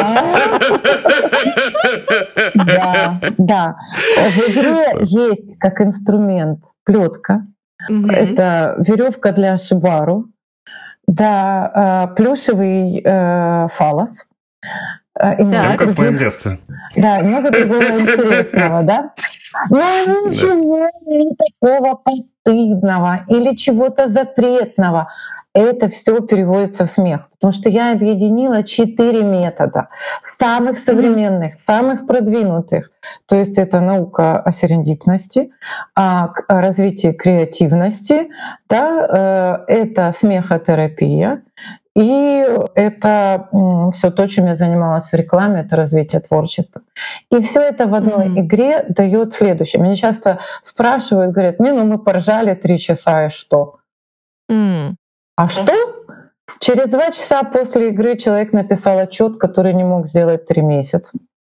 Да, да. В игре есть как инструмент плетка. Mm-hmm. Это веревка для шибару, да, плюшевый э, фалос. И много как в моем детстве. Да, много другого интересного, да? Но ничего не такого постыдного или чего-то запретного. Это все переводится в смех, потому что я объединила четыре метода, самых современных, самых продвинутых. То есть это наука о серендипности, о развитии креативности, да, это смехотерапия, и это все то, чем я занималась в рекламе, это развитие творчества. И все это в одной mm-hmm. игре дает следующее. Меня часто спрашивают, говорят: не, ну мы поржали три часа, и что? Mm. А что? Через два часа после игры человек написал отчет, который не мог сделать три месяца.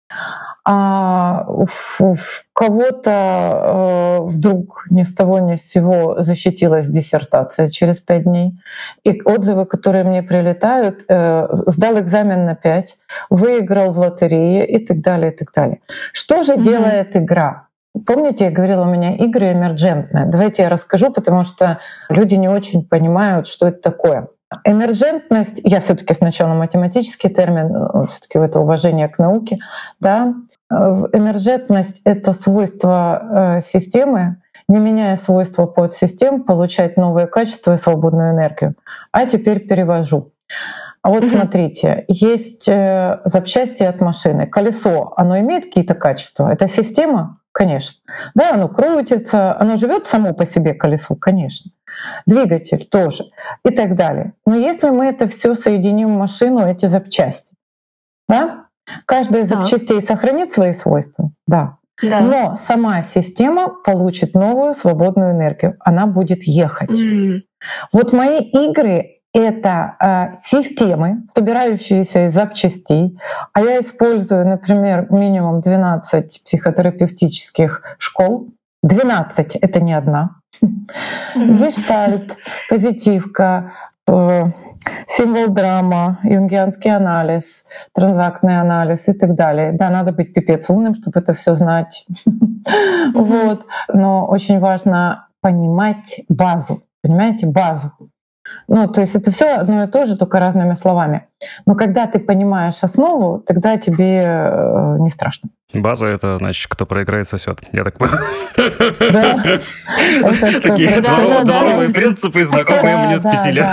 А у кого-то э, вдруг ни с того ни с сего защитилась диссертация через пять дней. И отзывы, которые мне прилетают, э, сдал экзамен на пять, выиграл в лотерее и так далее, и так далее. Что же mm-hmm. делает игра? Помните, я говорила, у меня игры эмерджентные. Давайте я расскажу, потому что люди не очень понимают, что это такое. Эмерджентность, я все-таки сначала математический термин, все-таки это уважение к науке, да. Эмерджентность — это свойство системы, не меняя свойства подсистем, получать новые качества и свободную энергию. А теперь перевожу. А вот смотрите, есть запчасти от машины. Колесо, оно имеет какие-то качества? Это система? Конечно. Да, оно крутится, оно живет само по себе, колесо, конечно. Двигатель тоже и так далее. Но если мы это все соединим в машину, эти запчасти, да, каждая из запчастей сохранит свои свойства, да. Да. Но сама система получит новую свободную энергию, она будет ехать. Mm. Вот мои игры — это э, системы, собирающиеся из запчастей, а я использую, например, минимум двенадцать психотерапевтических школ. двенадцать — это не одна. Гештальт, позитивка, э, символ-драма, юнгианский анализ, транзактный анализ и так далее. Да, надо быть пипец умным, чтобы это все знать. Вот. Но очень важно понимать базу. Понимаете, базу. Ну, то есть это все одно и то же, только разными словами. Но когда ты понимаешь основу, тогда тебе э, не страшно. База — это, значит, кто проиграет, сосет. Я так понял. Да. Такие дворовые принципы, знакомые мне с пяти лет.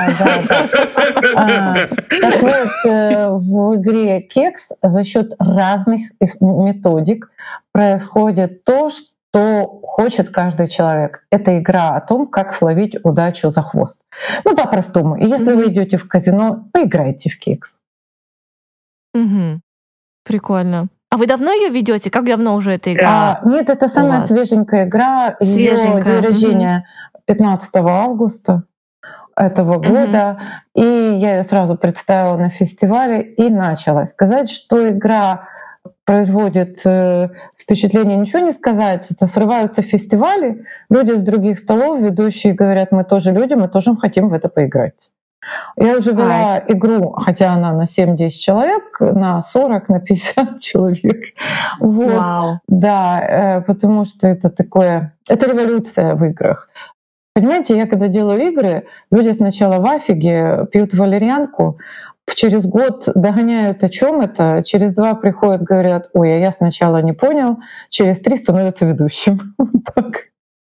Так вот, в игре Кекс за счет разных методик происходит то, что что хочет каждый человек. Это игра о том, как словить удачу за хвост. Ну, по-простому. И если mm-hmm. вы идете в казино, поиграйте в Кекс. Угу. Прикольно. А вы давно ее ведете? Как давно уже эта игра? А, нет, это самая свеженькая игра. Свеженькая. Её день рождения пятнадцатого августа этого года. Mm-hmm. И я ее сразу представила на фестивале и начала. Сказать, что игра производит э, впечатление, ничего не сказать. Это срываются фестивали, люди с других столов, ведущие говорят: мы тоже люди, мы тоже хотим в это поиграть. Я уже вела Ай. игру, хотя она на семь-десять человек, на сорок, на пятьдесят человек. Вот. Вау. Да, э, потому что это такое, это революция в играх. Понимаете, я когда делаю игры, люди сначала в афиге, пьют валерьянку, через год догоняют, о чем это, через два приходят, говорят: ой, а я сначала не понял, через три становятся ведущим. Так.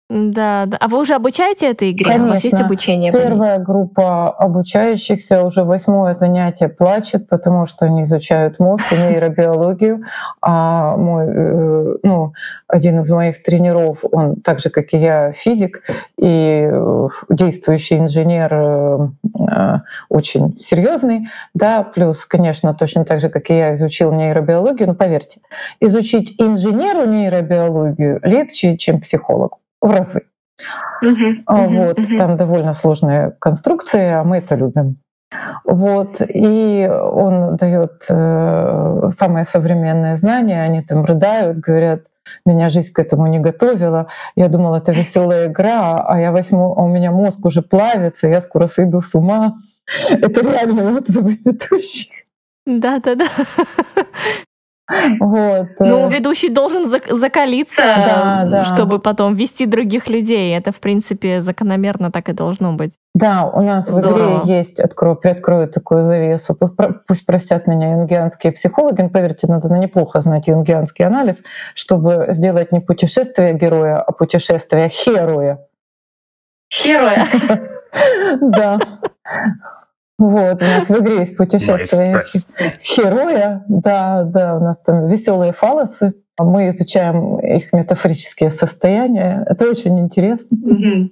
Да, да. А вы уже обучаете этой игре? Конечно. У вас есть обучение? Первая группа обучающихся, уже восьмое занятие, плачет, потому что они изучают мозг и нейробиологию. А мой, ну, один из моих тренеров, он так же, как и я, физик и действующий инженер, очень серьезный, да, плюс, конечно, точно так же, как и я, изучил нейробиологию. Но поверьте, изучить инженеру нейробиологию легче, чем психологу. В разы. Uh-huh, uh-huh, вот, uh-huh. Там довольно сложные конструкции, а мы это любим. Вот, и он дает э, самые современные знания, они там рыдают, говорят, меня жизнь к этому не готовила. Я думала, это веселая игра, а я возьму, а у меня мозг уже плавится, я скоро сойду с ума. Это реально отзывы ведущих. Да-да-да. Вот. Ну, ведущий должен закалиться, да, да. чтобы потом вести других людей. Это, в принципе, закономерно так и должно быть. Да, у нас Здорово. В игре есть, открою, приоткрою такую завесу, пусть простят меня юнгианские психологи, но, поверьте, надо неплохо знать юнгианский анализ, чтобы сделать не путешествие героя, а путешествие хероя. Хероя? Да. Вот, у нас в игре есть путешествие nice, героя, да, да, у нас там веселые фалосы, мы изучаем их метафорические состояния, это очень интересно. Mm-hmm.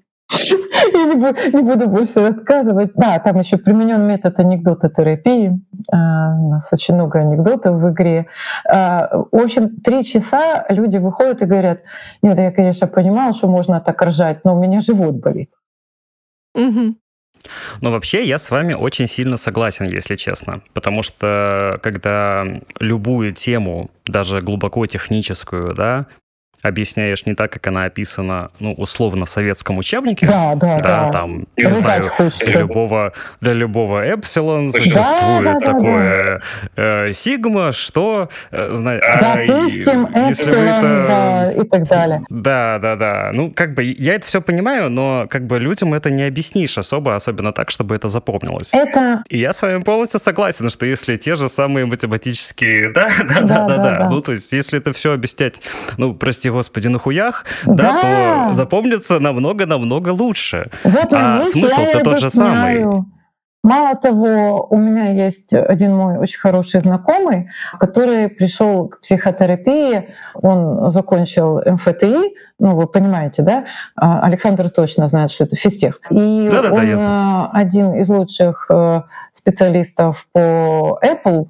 Я не буду, не буду больше рассказывать. Да, там еще применен метод анекдототерапии. А, у нас очень много анекдотов в игре. А, в общем, три часа люди выходят и говорят: нет, я, конечно, понимал, что можно так ржать, но у меня живот болит. Mm-hmm. Но вообще я с вами очень сильно согласен, если честно. Потому что когда любую тему, даже глубоко техническую, да, объясняешь не так, как она описана, ну, условно, в советском учебнике. Да, да, да. Там, не Рыбать знаю, хочется. для любого, для любого эпсилон существует да, да, такое да, да. Э, сигма, что... Э, зна... Допустим, а, эпсилон, это... да, и так далее. Да, да, да. Ну, как бы, я это все понимаю, но как бы людям это не объяснишь особо, особенно так, чтобы это запомнилось. Это... И я с вами полностью согласен, что если те же самые математические... Да, да, да, да, да. да, да. Ну, то есть, если это все объяснять, ну, прости, господи, на хуях, да, да то запомнится намного-намного лучше. Вот а смысл-то тот же самый. Мало того, у меня есть один мой очень хороший знакомый, который пришел к психотерапии, он закончил эм эф тэ и, ну вы понимаете, да? Александр точно знает, что это физтех. И да, да, он да, один из лучших специалистов по Apple.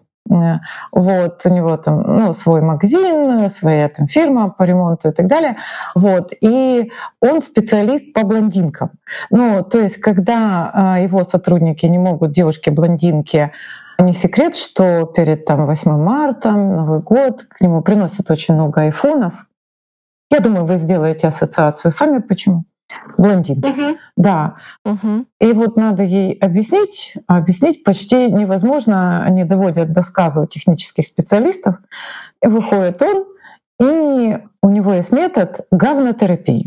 Вот, у него там ну, свой магазин, своя там фирма по ремонту и так далее. Вот, и он специалист по блондинкам. Ну, то есть, когда его сотрудники не могут, девушки-блондинки, не секрет, что перед там, восьмым марта, Новый год, к нему приносят очень много айфонов. Я думаю, вы сделаете ассоциацию сами, почему? Блондинки. Uh-huh. Да. Uh-huh. И вот надо ей объяснить, а объяснить почти невозможно. Они доводят до сказа технических специалистов. И выходит он, и у него есть метод говнотерапии.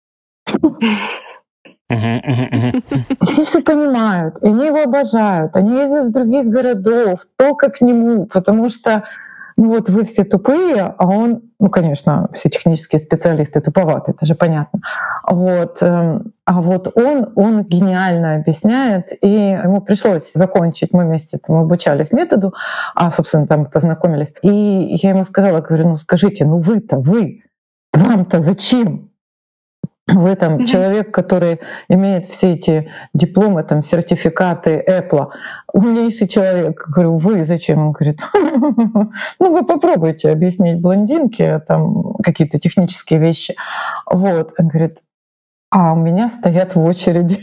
Все все понимают, и они его обожают. Они ездят из других городов только к нему, потому что ну вот вы все тупые, а он, ну, конечно, все технические специалисты туповаты, это же понятно. Вот. А вот он, он гениально объясняет, и ему пришлось закончить, мы вместе там обучались методу, а, собственно, там познакомились. И я ему сказала, говорю, ну скажите, ну вы-то, вы, вам-то зачем? Вы там mm-hmm. человек, который имеет все эти дипломы, там, сертификаты Apple, умнейший человек. Говорю, вы зачем? Он говорит, ну вы попробуйте объяснить блондинке там какие-то технические вещи. Вот. Он говорит, а у меня стоят в очереди.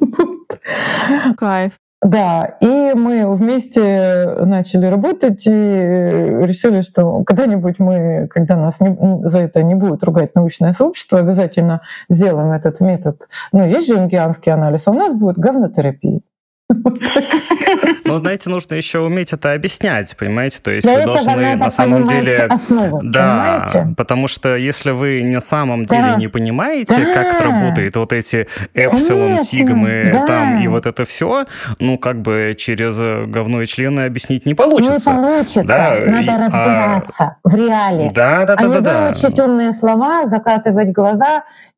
Кайф. Да, и мы вместе начали работать и решили, что когда-нибудь мы, когда нас не, за это не будет ругать научное сообщество, обязательно сделаем этот метод. Ну, есть же юнгианский анализ, а у нас будет говнотерапия. Ну, знаете, нужно еще уметь это объяснять, понимаете? То есть вы должны на самом деле... Основу, да, понимаете? Потому что если вы на самом деле да. не понимаете, да. как это работает, вот эти эпсилон, сигмы да. там и вот это все, ну, как бы через говно и члены объяснить не получится. Не получится. Да? Надо и, разбираться а... в реале. Да, да, да, а да, не да. выучить умные слова, закатывать глаза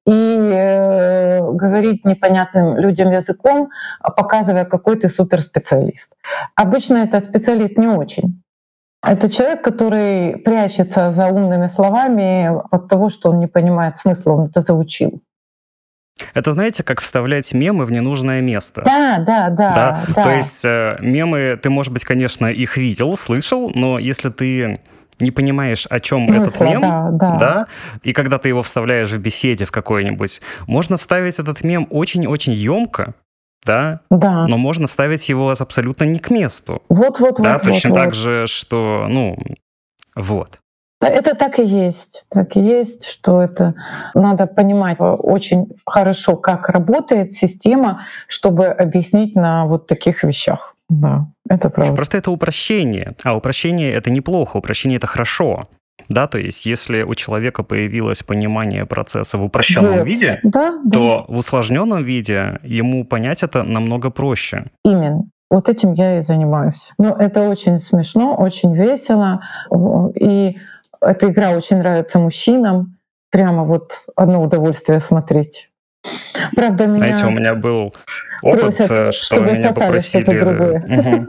и э, говорить непонятным людям языком, показывая, какой ты суперспециалист. Обычно этот специалист не очень. Это человек, который прячется за умными словами от того, что он не понимает смысла, он это заучил. Это, знаете, как вставлять мемы в ненужное место. Да, да, да. да? да. То есть э, мемы, ты, может быть, конечно, их видел, слышал, но если ты не понимаешь, о чем Смысла, этот мем, да, да. да, и когда ты его вставляешь в беседе в какой-нибудь, можно вставить этот мем очень-очень емко, да, да, но можно вставить его абсолютно не к месту. Вот, вот, да, вот. точно вот, так вот. же, что, ну, вот. Это так и есть. Так и есть, что это надо понимать очень хорошо, как работает система, чтобы объяснить на вот таких вещах. Да, это правда. Просто это упрощение. А упрощение — это неплохо, упрощение — это хорошо. Да, то есть если у человека появилось понимание процесса в упрощенном вот. виде, да, то да. в усложненном виде ему понять это намного проще. Именно. Вот этим я и занимаюсь. Но это очень смешно, очень весело. И эта игра очень нравится мужчинам. Прямо вот одно удовольствие смотреть. Правда, меня... Знаете, у меня был опыт, просят, что меня попросили... что-то другое.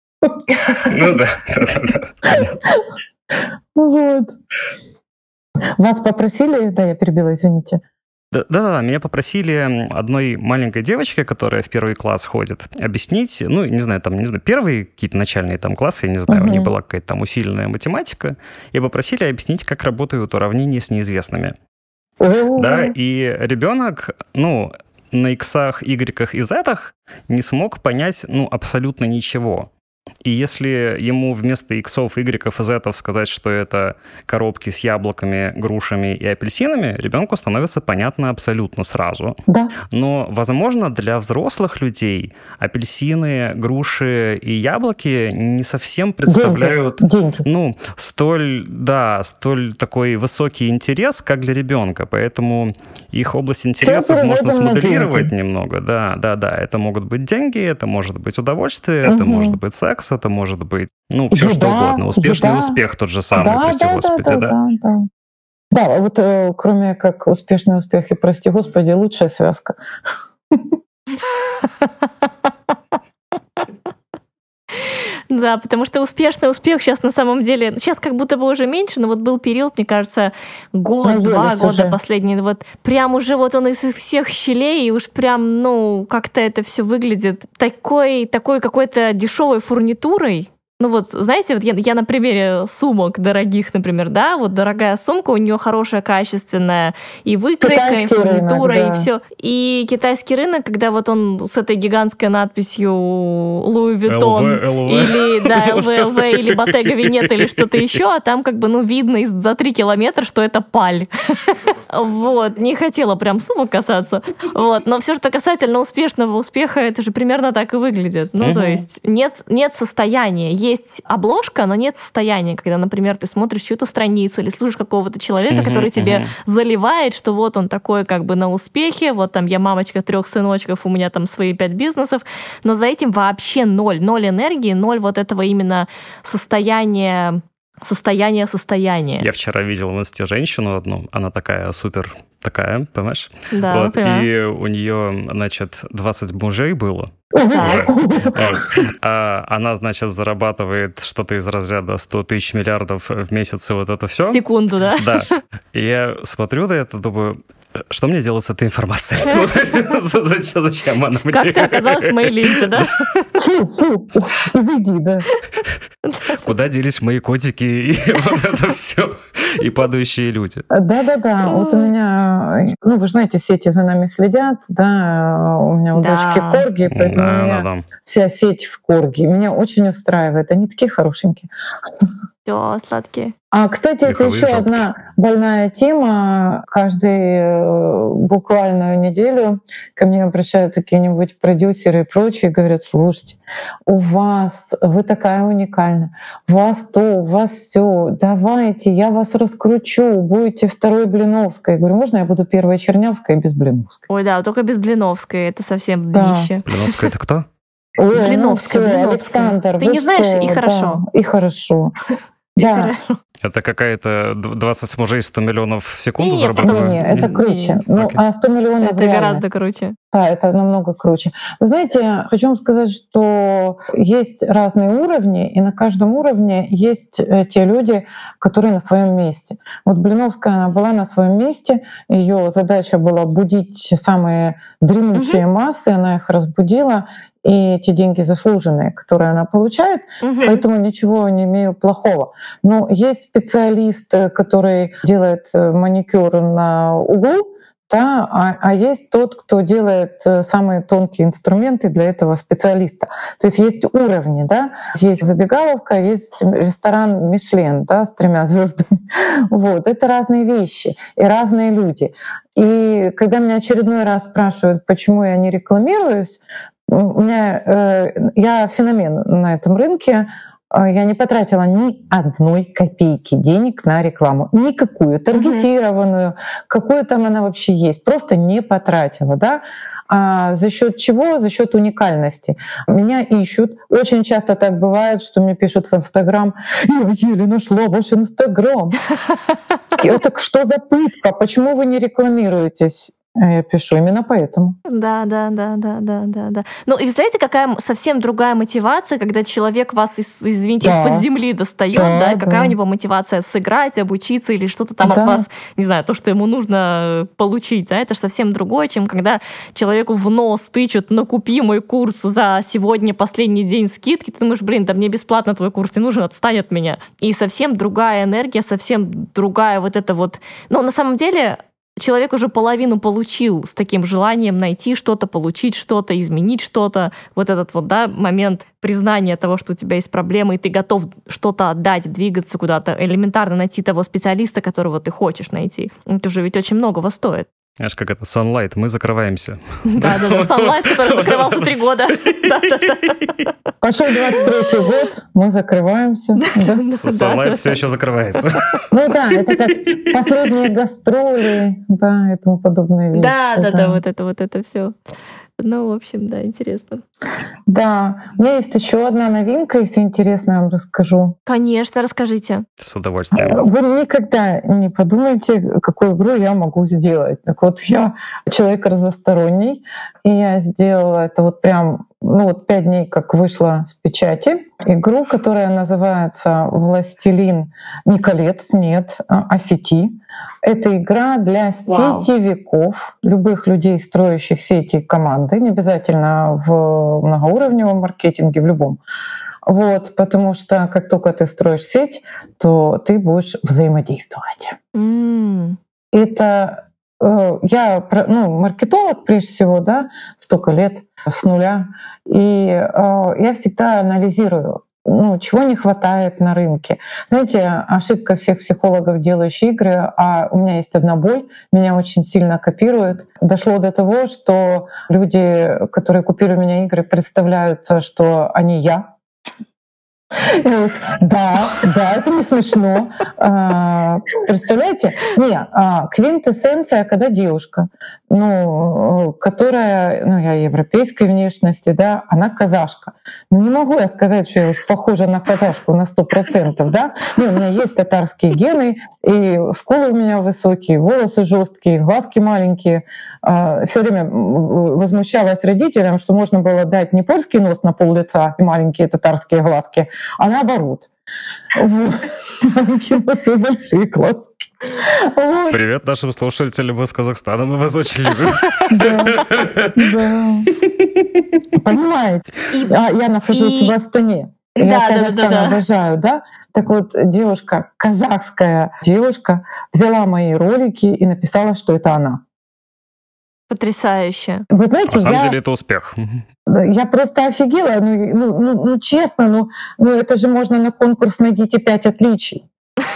Ну да, да. Вот. Вас попросили, да, я перебила, извините. Да-да-да, меня попросили одной маленькой девочке, которая в первый класс ходит, объяснить, ну, не знаю, там, не знаю, первые какие-то начальные там классы, я не знаю, uh-huh. у нее была какая-то там усиленная математика, и попросили объяснить, как работают уравнения с неизвестными. Uh-huh. Да, и ребенок, ну, на иксах, игреках и зетах не смог понять, ну, абсолютно ничего. И если ему вместо иксов, игреков и зетов сказать, что это коробки с яблоками, грушами и апельсинами, ребенку становится понятно абсолютно сразу. Да. Но, возможно, для взрослых людей апельсины, груши и яблоки не совсем представляют, деньги. Деньги. ну, столь, да, столь такой высокий интерес, как для ребенка. Поэтому их область интересов можно смоделировать немного. Да, да, да. Это могут быть деньги, это может быть удовольствие, угу. это может быть секс, это может быть, ну, все еда, что угодно. Успешный еда. успех тот же самый, да, прости да, господи, да. да. Да, да, да. да вот э, кроме как успешный успех и прости господи, лучшая связка. Да, потому что успешный успех сейчас на самом деле, сейчас как будто бы уже меньше, но вот был период, мне кажется, год-два года уже. Последние, вот прям уже вот он из всех щелей, и уж прям, ну, как-то это все выглядит такой, такой какой-то дешевой фурнитурой. Ну вот, знаете, вот я, я на примере сумок дорогих, например, да, вот дорогая сумка, у нее хорошая, качественная и выкройка, и фурнитура, рынок, да. и все. И китайский рынок, когда вот он с этой гигантской надписью Louis Vuitton или да, эл вэ эл вэ или Bottega Veneta или что-то еще, а там как бы, ну, видно за три километра, что это паль. Вот, не хотела прям сумок касаться. Вот, но все, что касательно успешного успеха, это же примерно так и выглядит. Ну, то есть нет, нет состояния. Есть обложка, но нет состояния, когда, например, ты смотришь чью-то страницу или слушаешь какого-то человека, uh-huh, который тебе uh-huh. заливает, что вот он такой как бы на успехе, вот там я мамочка трех сыночков, у меня там свои пять бизнесов, но за этим вообще ноль, ноль энергии, ноль вот этого именно состояния, состояние состояния. Я вчера видел в инсте женщину одну, она такая супер, такая, понимаешь? Да, вот, и у нее, значит, двадцать мужей было. Уже. А она, значит, зарабатывает что-то из разряда сто тысяч миллиардов в месяц, и вот это все. В секунду, да? Да. И я смотрю на это, думаю, что мне делать с этой информацией? Зачем она мне? Как ты оказалась в моей ленте, да? Фу, фу, изыди, да. Куда делись мои котики и вот это все, и падающие люди? Да-да-да, вот у меня, ну, вы же знаете, сети за нами следят, да, у меня у да. дочки корги, поэтому да, у меня да, да. вся сеть в корги. Меня очень устраивает, они такие хорошенькие. Да, сладкие. А, кстати, Лиховые это еще жопки. Одна больная тема. Каждую буквальную неделю ко мне обращаются какие-нибудь продюсеры и прочие, говорят, слушайте, у вас, вы такая уникальная, у вас то, у вас все, давайте, я вас раскручу, будете второй Блиновской. Я говорю, можно я буду первой Чернявской без Блиновской? Ой, да, только без Блиновской, это совсем днище. Да. Блиновская это кто? Ой, Блиновская, ну, Александр. Ты не знаешь, что? И хорошо. Да, и хорошо. Да. Это какая-то двадцать мужей сто миллионов в секунду Нет, зарабатывают? Не, это круче. Ну, Окей. а сто миллионов Это реально. гораздо круче. Да, это намного круче. Вы знаете, хочу вам сказать, что есть разные уровни, и на каждом уровне есть э, те люди, которые на своем месте. Вот Блиновская, она была на своем месте, ее задача была будить самые дремучие Мгм. массы, она их разбудила, и эти деньги заслуженные, которые она получает, Мгм. поэтому ничего не имею плохого. Но есть специалист, э, который делает э, маникюр на углу, да, а, а есть тот, кто делает э, самые тонкие инструменты для этого специалиста. То есть есть уровни, да, есть забегаловка, есть ресторан Мишлен, да, с тремя звездами. Вот, это разные вещи и разные люди. И когда меня очередной раз спрашивают, почему я не рекламируюсь, у меня э, я феномен на этом рынке. Я не потратила ни одной копейки денег на рекламу. Никакую, таргетированную, какую там она вообще есть. Просто не потратила. Да? А за счет чего? За счет уникальности. Меня ищут. Очень часто так бывает, что мне пишут в Инстаграм: «Я еле нашла ваш Инстаграм». Это что за пытка? Почему вы не рекламируетесь? Я пишу именно поэтому. Да, да, да, да, да, да, да. Ну и знаете, какая совсем другая мотивация, когда человек вас, из- извините, Да. из-под земли достает, Да, да, и какая да. у него мотивация сыграть, обучиться или что-то там Да. от вас, не знаю, то, что ему нужно получить, да, это же совсем другое, чем когда человеку в нос тычут: «Ну, купи мой курс за сегодня последний день скидки», ты думаешь: блин, да мне бесплатно твой курс не нужен, отстань от меня. И совсем другая энергия, совсем другая вот это вот. Ну, на самом деле, человек уже половину получил с таким желанием найти что-то, получить что-то, изменить что-то. Вот этот вот, да, момент признания того, что у тебя есть проблемы, и ты готов что-то отдать, двигаться куда-то, элементарно найти того специалиста, которого ты хочешь найти. Это уже ведь очень многого стоит. Знаешь, как это, Sunlight, мы закрываемся. Да-да-да, Sunlight, который закрывался три года. Да-да-да. Пошел двадцать третий год, мы закрываемся. Да. Sunlight все еще закрывается. Ну да, это как последние гастроли, да, и тому подобные вещи. Да-да-да, вот это вот это все. Ну, в общем, да, интересно. Да, у меня есть еще одна новинка, если интересно, я вам расскажу. Конечно, расскажите. С удовольствием. Вы никогда не подумайте, какую игру я могу сделать. Так вот, я человек разносторонний, и я сделала это вот прям, ну вот пять дней, как вышла с печати, игру, которая называется «Властелин не колец», нет, а сети. Это игра для Вау. сетевиков, любых людей, строящих сети и команды, не обязательно в многоуровневом маркетинге, в любом. Вот, потому что как только ты строишь сеть, то ты будешь взаимодействовать. М. Это э, я про- ну, маркетолог прежде всего, да, столько лет с нуля, и э, я всегда анализирую, ну, чего не хватает на рынке. Знаете, ошибка всех психологов, делающих игры, а у меня есть одна боль, меня очень сильно копируют. Дошло до того, что люди, которые копируют у меня игры, представляются, что они я. И вот, да, да, это не смешно. А, представляете? Не, а, квинтэссенция, когда девушка, ну, которая, ну, я европейской внешности, да, она казашка. Ну, не могу я сказать, что я уж похожа на казашку на сто процентов, да. Ну, у меня есть татарские гены, и скулы у меня высокие, волосы жесткие, глазки маленькие. Все время возмущалась родителям, что можно было дать не польский нос на пол лица и маленькие татарские глазки, а наоборот. Вот. Маленькие носы и большие глазки. Вот. Привет нашим слушателям из Казахстана, мы вас очень любим. Да, да. Понимаете? И- А я нахожусь и- в Астане. Да, Я да, да, Казахстан да, да. обожаю, да? Так вот, девушка, казахская девушка, взяла мои ролики и написала, что это она. Потрясающе. Вы знаете, На самом я, деле это успех. я просто офигела. Ну, ну, ну, ну, честно, ну, ну это же можно на конкурс «Найдите пять отличий».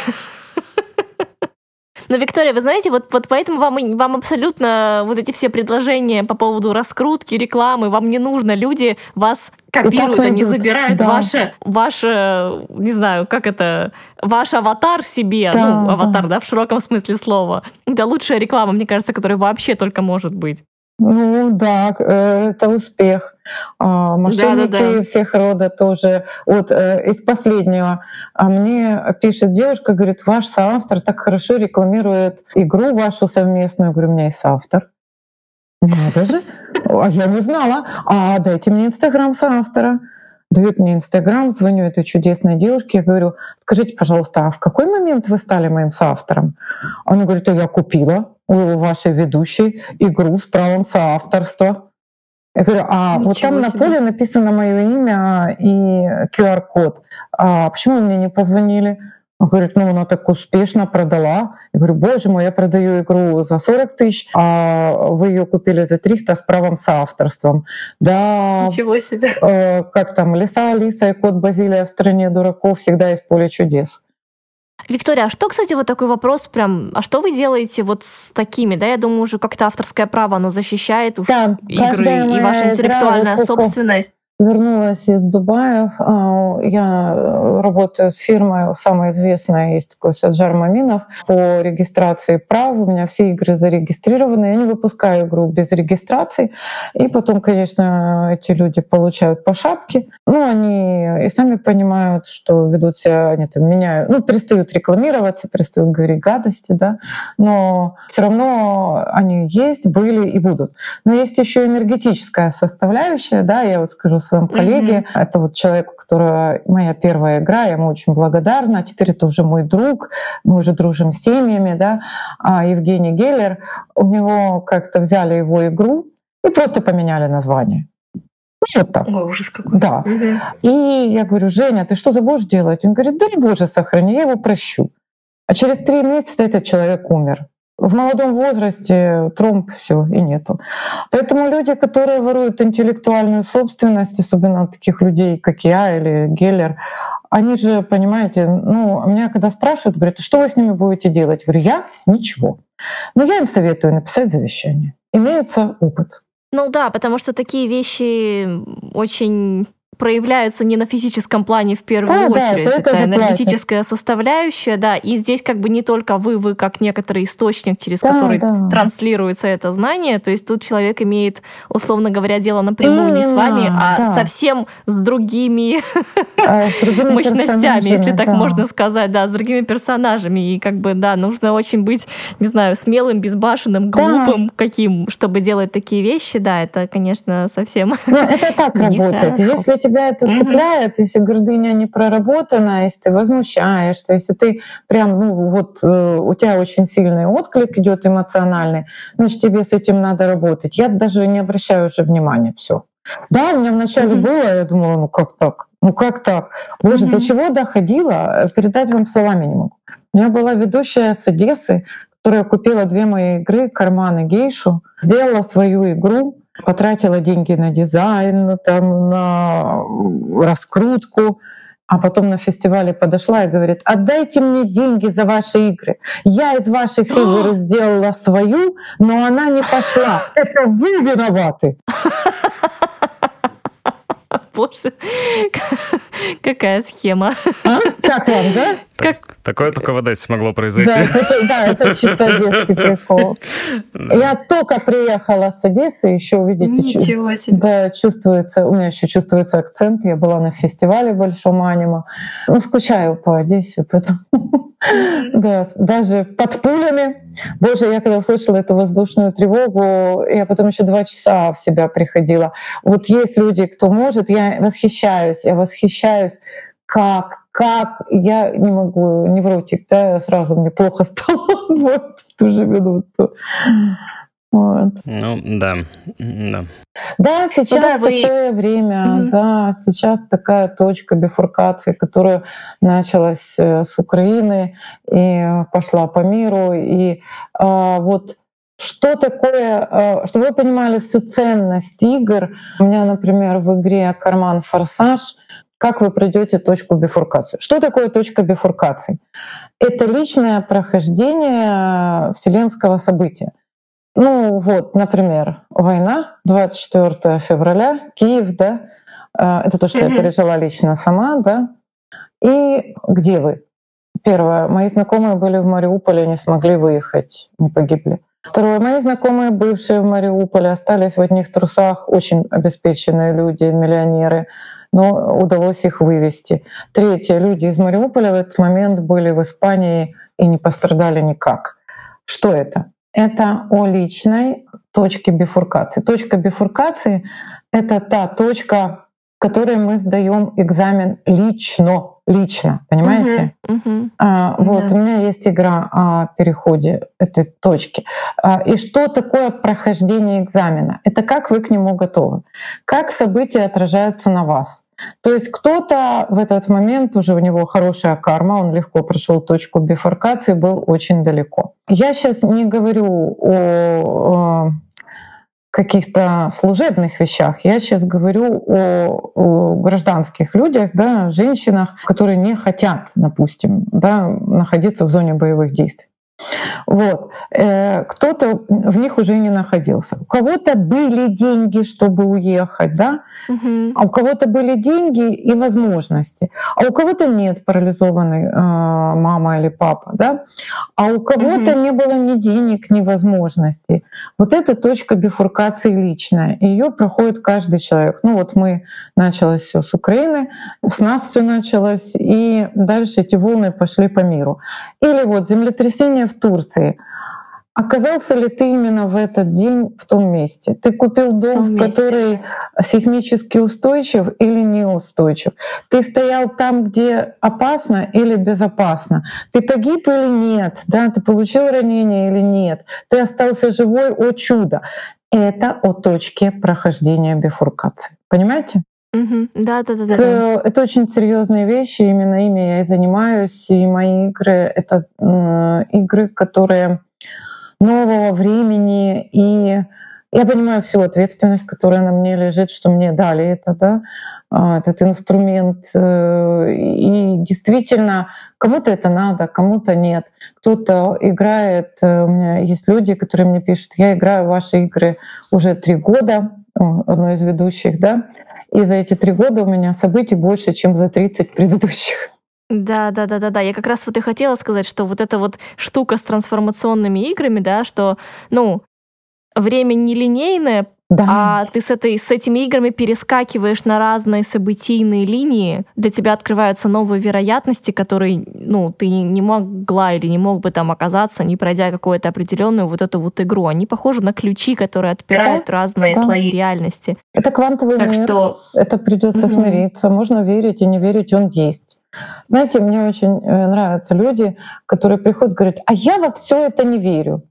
Но, Виктория, вы знаете, вот, вот поэтому вам, и- вам абсолютно вот эти все предложения по поводу раскрутки, рекламы, вам не нужно. Люди вас копируют, так они идут, забирают да. ваше, ваше, не знаю, как это, ваш аватар себе, Да, ну, аватар, да. да, в широком смысле слова. Это лучшая реклама, мне кажется, которая вообще только может быть. Ну да, э, это успех. А, Мошенники Да-да-да. всех рода тоже. Вот э, из последнего. А мне пишет девушка, говорит, ваш соавтор так хорошо рекламирует игру вашу совместную. Я говорю, у меня есть соавтор. Надо же. А я не знала. А дайте мне Инстаграм соавтора. Дают мне Инстаграм, звоню этой чудесной девушке, я говорю, скажите, пожалуйста, а в какой момент вы стали моим соавтором? Она говорит, а я купила у вашей ведущей игру с правом соавторства. Я говорю, а Ничего вот там на себе. поле написано мое имя и ку ар код. А почему вы мне не позвонили? Он говорит, ну она так успешно продала. Я говорю, боже мой, я продаю игру за сорок тысяч, а вы ее купили за триста с правом соавторством. Да, Ничего себе. э, как там, Лиса Алиса и кот Базилия в стране дураков всегда из поля чудес. Виктория, а что, кстати, вот такой вопрос прям, а что вы делаете вот с такими, да, я думаю, уже как-то авторское право, оно защищает уж Да, игры каждая и моя ваша игра, интеллектуальная вот только собственность. вернулась из Дубая. А, Я работаю с фирмой, самая известная есть такой Саджар Маминов, по регистрации прав. У меня все игры зарегистрированы. Я не выпускаю игру без регистрации. И потом, конечно, эти люди получают по шапке. Ну, они и сами понимают, что ведут себя, они там меняют, ну, перестают рекламироваться, перестают говорить гадости, да. Но все равно они есть, были и будут. Но есть еще энергетическая составляющая, да, я вот скажу своему коллеге, Мгм. это вот человек, которая моя первая игра, я ему очень благодарна, теперь это уже мой друг, мы уже дружим с семьями, да, а Евгений Геллер, у него как-то взяли его игру и просто поменяли название. Ну, вот так. Ой, ужас какой. Да. Мгм. И я говорю, Женя, ты что-то будешь делать? Он говорит, да не боже сохрани, я его прощу. А через три месяца этот человек умер. В молодом возрасте тромб, все и нету. Поэтому люди, которые воруют интеллектуальную собственность, особенно таких людей, как я или Геллер, они же, понимаете, ну, меня когда спрашивают, говорят, что вы с ними будете делать? Я говорю, я ничего. Но я им советую написать завещание. Имеется опыт. Ну да, потому что такие вещи очень проявляются не на физическом плане в первую Да, да, очередь, за это это же энергетическая составляющая, да, и здесь как бы не только вы, вы как некоторый источник, через Да, который да. транслируется это знание, то есть тут человек имеет, условно говоря, дело напрямую не с вами, Именно, а да. совсем с другими А с другими мощностями, если персонажами, так да. можно сказать, да, с другими персонажами. И как бы, да, нужно очень быть, не знаю, смелым, безбашенным, Да. глупым каким, чтобы делать такие вещи. Да, это, конечно, совсем Ну, это так работает. нехорошо. Если тебя это Мгм. цепляет, если гордыня не проработана, если ты возмущаешься, если ты прям, ну вот э, у тебя очень сильный отклик идет эмоциональный, значит, тебе с этим надо работать. Я даже не обращаю уже внимания, все. Да, у меня вначале Мгм. было, я думала, ну как так? Ну как так? Боже, до Мгм. чего доходило, передать вам словами не могу. У меня была ведущая с Одессы, которая купила две мои игры «Карман» и «Гейшу», сделала свою игру, потратила деньги на дизайн, там, на раскрутку, а потом на фестивале подошла и говорит, отдайте мне деньги за ваши игры. Я из ваших игр сделала свою, но она не пошла. Это вы виноваты. Боже, какая схема. А? Как вам, да? Как... Такое только в Одессе могло произойти. Да, это, да, это чисто детский прикол. Я только приехала с Одессы, еще видите, чу- Ничего себе. да, чувствуется, у меня еще чувствуется акцент. Я была на фестивале большом аниме. Ну, скучаю по Одессе, поэтому да, даже под пулями. Боже, я когда услышала эту воздушную тревогу, я потом еще два часа в себя приходила. Вот есть люди, кто может, я восхищаюсь, я восхищаюсь, как, как, я не могу, невротик, да, сразу мне плохо стало вот в ту же минуту. Вот. Ну, да. Да. Да, сейчас Ну да, вы- такое время, Мгм. да, сейчас такая точка бифуркации, которая началась э, с Украины и пошла по миру. И а, вот что такое, а, чтобы вы понимали всю ценность игр. У меня, например, в игре «Карман Форсаж», как вы пройдете точку бифуркации. Что такое точка бифуркации? Это личное прохождение вселенского события. Ну вот, например, война, двадцать четвёртого февраля, Киев, да, э, это то, что Мгм. я пережила лично сама, да. И где вы? Первое, мои знакомые были в Мариуполе, не смогли выехать, не погибли. Второе. Мои знакомые, бывшие в Мариуполе, остались в одних трусах, очень обеспеченные люди, миллионеры, но удалось их вывести. Третье. Люди из Мариуполя в этот момент были в Испании и не пострадали никак. Что это? Это о личной точке бифуркации. Точка бифуркации — это та точка, в которой мы сдаем экзамен лично. Лично, понимаете? Uh-huh, uh-huh. А, вот Да. у меня есть игра о переходе этой точки. А, и что такое прохождение экзамена? Это как вы к нему готовы, как события отражаются на вас. То есть кто-то в этот момент, уже у него хорошая карма, он легко прошел точку бифуркации, был очень далеко. Я сейчас не говорю о, о каких-то служебных вещах. Я сейчас говорю о, о гражданских людях, да, женщинах, которые не хотят, допустим, да, находиться в зоне боевых действий. Вот. Кто-то в них уже не находился. У кого-то были деньги, чтобы уехать, да? Угу. А у кого-то были деньги и возможности, а у кого-то нет, парализованной э, мама или папа, да? А у кого-то Угу. не было ни денег, ни возможностей. Вот эта точка бифуркации личная. Ее проходит каждый человек. Ну вот мы, началось все с Украины, с нас все началось, и дальше эти волны пошли по миру. Или вот землетрясение в Турции. Оказался ли ты именно в этот день в том месте? Ты купил дом, который сейсмически устойчив или неустойчив? Ты стоял там, где опасно или безопасно? Ты погиб или нет? Да? Ты получил ранение или нет? Ты остался живой, о чудо! Это о точке прохождения бифуркации. Понимаете? Угу. Да, да, да, да. Это, это очень серьезные вещи, именно ими я и занимаюсь. И мои игры — это э, игры, которые нового времени, и я понимаю всю ответственность, которая на мне лежит, что мне дали это, да, этот инструмент. И действительно, кому-то это надо, кому-то нет. Кто-то играет, у меня есть люди, которые мне пишут: я играю в ваши игры уже три года, одной из ведущих, да, и за эти три года у меня событий больше, чем за тридцать предыдущих. Да, да, да, да, да. Я как раз вот и хотела сказать, что вот эта вот штука с трансформационными играми, да, что, ну, время нелинейное, Да. а ты с, этой, с этими играми перескакиваешь на разные событийные линии, для тебя открываются новые вероятности, которые, ну, ты не могла или не мог бы там оказаться, не пройдя какую-то определенную вот эту вот игру. Они похожи на ключи, которые отпирают Да, разные да. слои реальности. Это квантовый Так мир. что... Это придется Мгм. смириться. Можно верить и не верить, он есть. Знаете, мне очень э, нравятся люди, которые приходят и говорят: а я во все это не верю.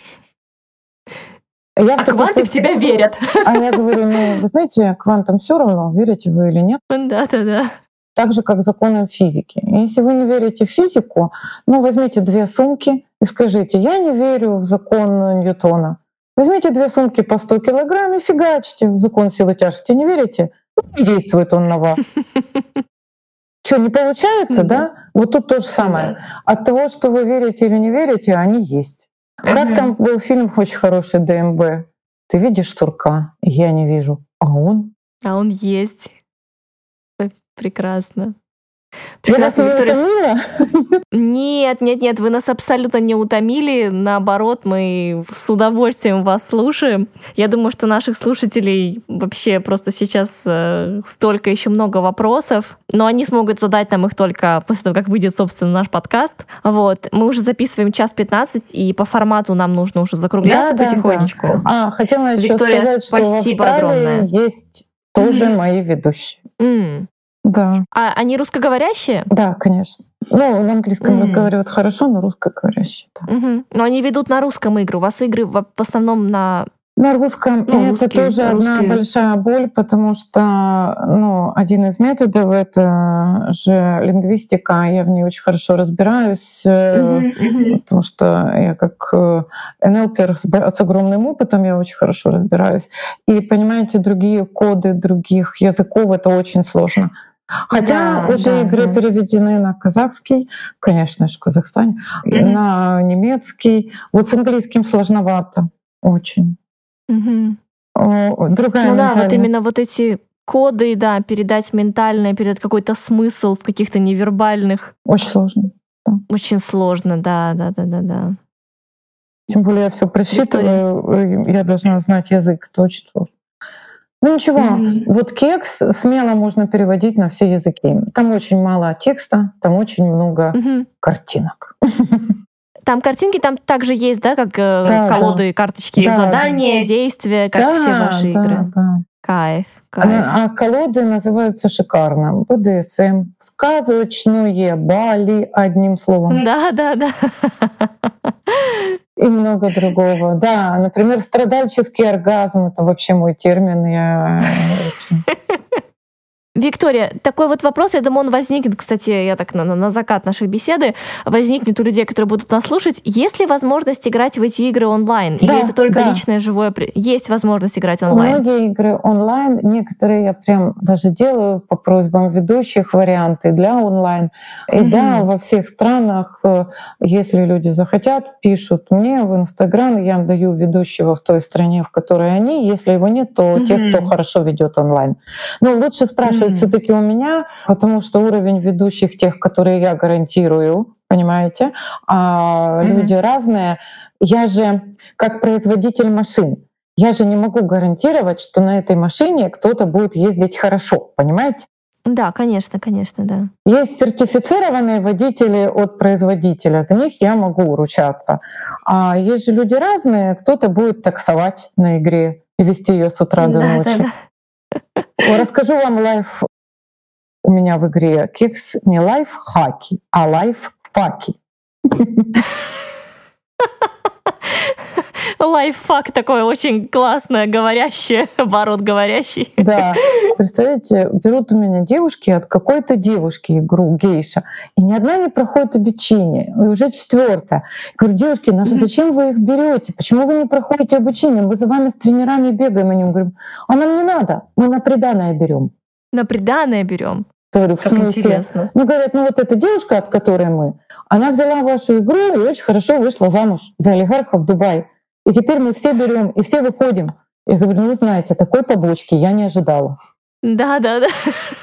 Я А такой кванты в просто- тебя верят. А я говорю: ну, вы знаете, квантам все равно, верите вы или нет. Да-да-да. Так же, как законам физики. Если вы не верите в физику, ну, возьмите две сумки и скажите: я не верю в закон Ньютона. Возьмите две сумки по сто килограмм и фигачьте в закон силы тяжести. Не верите? Ну, не действует он на вас. Что, не получается, Ну да? Вот тут то же самое. Да. От того, что вы верите или не верите, они есть. Как Мгм. там был фильм очень хороший ДМБ? Ты видишь сурка? Я не вижу. А он? А он есть. Ой, прекрасно. Я вас Прекрасно, не Виктория. утомила? Нет, нет, нет, вы нас абсолютно не утомили. Наоборот, мы с удовольствием вас слушаем. Я думаю, что наших слушателей вообще просто сейчас э, столько еще много вопросов, но они смогут задать нам их только после того, как выйдет, собственно, наш подкаст. Вот. Мы уже записываем час пятнадцать, и по формату нам нужно уже закругляться Да, да, потихонечку. А, хотела еще Виктория, сказать, что в спасибо Австралии огромное. есть тоже Мгм. мои ведущие. М. Да, А они русскоговорящие? да, конечно. Ну, на английском Мгм. разговаривают хорошо, но русскоговорящие, да. Мгм. Но они ведут на русском игры. У вас игры в в основном на... На русском Ну, это русские- тоже одна русские. большая боль, потому что, ну, один из методов — это же лингвистика. Я в ней очень хорошо разбираюсь, э, Мгм, мгм. потому что я как э, эн эл пер с б- с огромным опытом, я очень хорошо разбираюсь. И, понимаете, другие коды других языков — это очень сложно. Хотя Да, уже да, игры да. переведены на казахский, конечно же, в Казахстане, Мгм. на немецкий. Вот с английским сложновато очень. Мгм. О, Другая Ну да, вот ментальность. именно вот эти коды, да, передать ментальное, передать какой-то смысл в каких-то невербальных, Очень сложно. очень сложно, да, да, да, да, да. Тем более я все просчитываю, Виктория. Я должна знать язык, это очень сложно. Ну ничего, mm-hmm. вот кекс смело можно переводить на все языки. Там очень мало текста, там очень много mm-hmm. картинок. Там картинки, там также есть, да, как да, колоды, да. карточки, да, задания, да. действия, как да, все ваши да, игры. Да. Кайф, кайф. А, а колоды называются шикарно. бэ дэ эс эм, сказочные Бали, одним словом. Да, да, да. И много другого. Да, например, страдальческий оргазм — это вообще мой термин. Я очень... Виктория, такой вот вопрос, я думаю, он возникнет, кстати, я так на, на закат нашей беседы, возникнет у людей, которые будут нас слушать. Есть ли возможность играть в эти игры онлайн? Да, или это только да. личное, живое? Есть возможность играть онлайн? Многие игры онлайн, некоторые я прям даже делаю по просьбам ведущих варианты для онлайн. И mm-hmm. да, во всех странах, если люди захотят, пишут мне в Инстаграм, я им даю ведущего в той стране, в которой они. Если его нет, то mm-hmm. те, кто хорошо ведет онлайн. Но лучше спрашивать все-таки у меня, потому что уровень ведущих тех, которые я гарантирую, понимаете, а mm-hmm. люди разные. Я же как производитель машин, я же не могу гарантировать, что на этой машине кто-то будет ездить хорошо, понимаете? Да, конечно, конечно, да. Есть сертифицированные водители от производителя, за них я могу ручаться. А есть же люди разные, кто-то будет таксовать на игре и вести ее с утра до да, ночи. Да, да. Расскажу вам лайф. У меня в игре кекс не лайфхаки, а лайфпаки. Лайфхак такое очень классное, говорящее, оборот говорящий. Да, представляете, берут у меня девушки от какой-то девушки игру гейша, и ни одна не проходит обучение, и уже четвертая. Я говорю, девушки, наши, зачем вы их берете? Почему вы не проходите обучение? Мы за вами с тренерами бегаем, они говорим, а нам не надо, мы на приданое берем. На приданое берем. Говорю, в как смысле? Интересно. Ну, говорят, ну вот эта девушка, от которой мы, она взяла вашу игру и очень хорошо вышла замуж за олигарха в Дубае. И теперь мы все берем и все выходим. Я говорю, ну, вы знаете, такой побочки я не ожидала. Да, да, да.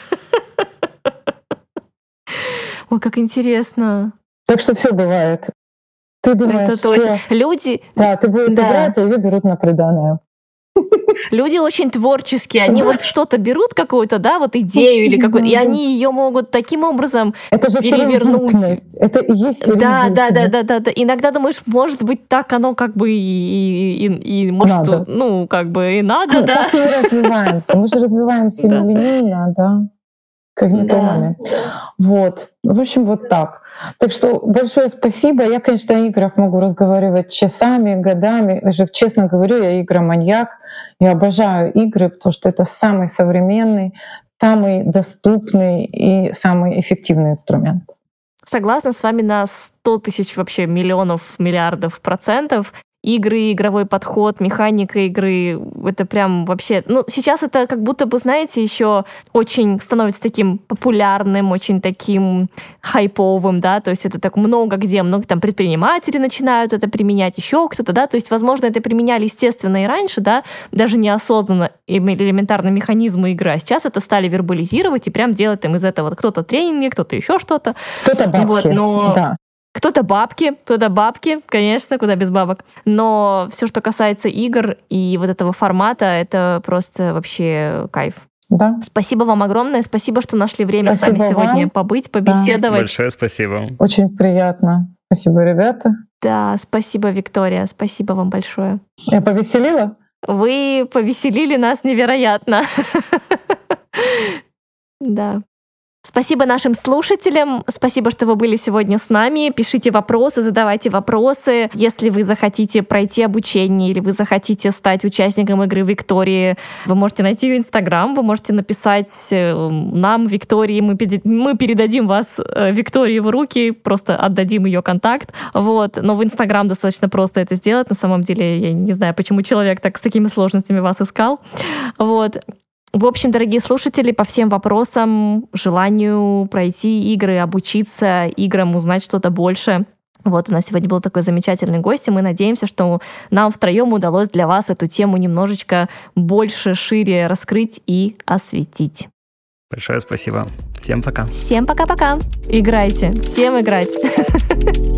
Ой, как интересно. Так что все бывает. Ты думаешь, это что... точно. Люди... Да, ты будешь да. играть, а ее берут на приданое. Люди очень творческие, они вот что-то берут, какую-то, да, вот идею или какую-то, и они ее могут таким образом это же перевернуть. Это и есть да, да, да, да, да, да. Иногда думаешь, может быть, так оно как бы и, и, и, и может, надо. ну, как бы и надо, да. Мы развиваемся, мы же развиваемся линейно, да. Когнитивами. Да. Вот. В общем, вот так. Так что большое спасибо. Я, конечно, о играх могу разговаривать часами, годами. Даже, честно говорю, я игроманьяк. Я обожаю игры, потому что это самый современный, самый доступный и самый эффективный инструмент. Согласна с вами на сто тысяч вообще миллионов, миллиардов процентов. Игры, игровой подход, механика игры, это прям вообще... Ну, сейчас это как будто бы, знаете, еще очень становится таким популярным, очень таким хайповым, да, то есть это так много где, много там предприниматели начинают это применять, еще кто-то, да, то есть, возможно, это применяли, естественно, и раньше, да, даже неосознанно элементарно механизмы игры, а сейчас это стали вербализировать и прям делать там из этого кто-то тренинги, кто-то еще что-то. Кто-то бабки, вот, но... да. Кто-то бабки, кто-то бабки, конечно, куда без бабок. Но все, что касается игр и вот этого формата, это просто вообще кайф. Да. Спасибо вам огромное, спасибо, что нашли время спасибо с нами сегодня вам. побыть, побеседовать. Да. Большое спасибо. Очень приятно. Спасибо, ребята. Да, спасибо, Виктория, спасибо вам большое. Я повеселила? Вы повеселили нас невероятно. Да. Спасибо нашим слушателям, спасибо, что вы были сегодня с нами. Пишите вопросы, задавайте вопросы. Если вы захотите пройти обучение или вы захотите стать участником игры Виктории, вы можете найти ее Инстаграм, вы можете написать нам, Виктории, мы, мы передадим вас Виктории в руки, просто отдадим ее контакт. Вот. Но в Инстаграм достаточно просто это сделать. На самом деле, я не знаю, почему человек так с такими сложностями вас искал. Вот. В общем, дорогие слушатели, по всем вопросам, желанию пройти игры, обучиться играм, узнать что-то больше. Вот у нас сегодня был такой замечательный гость, и мы надеемся, что нам втроем удалось для вас эту тему немножечко больше, шире раскрыть и осветить. Большое спасибо. Всем пока. Всем пока-пока. Играйте. Всем играть.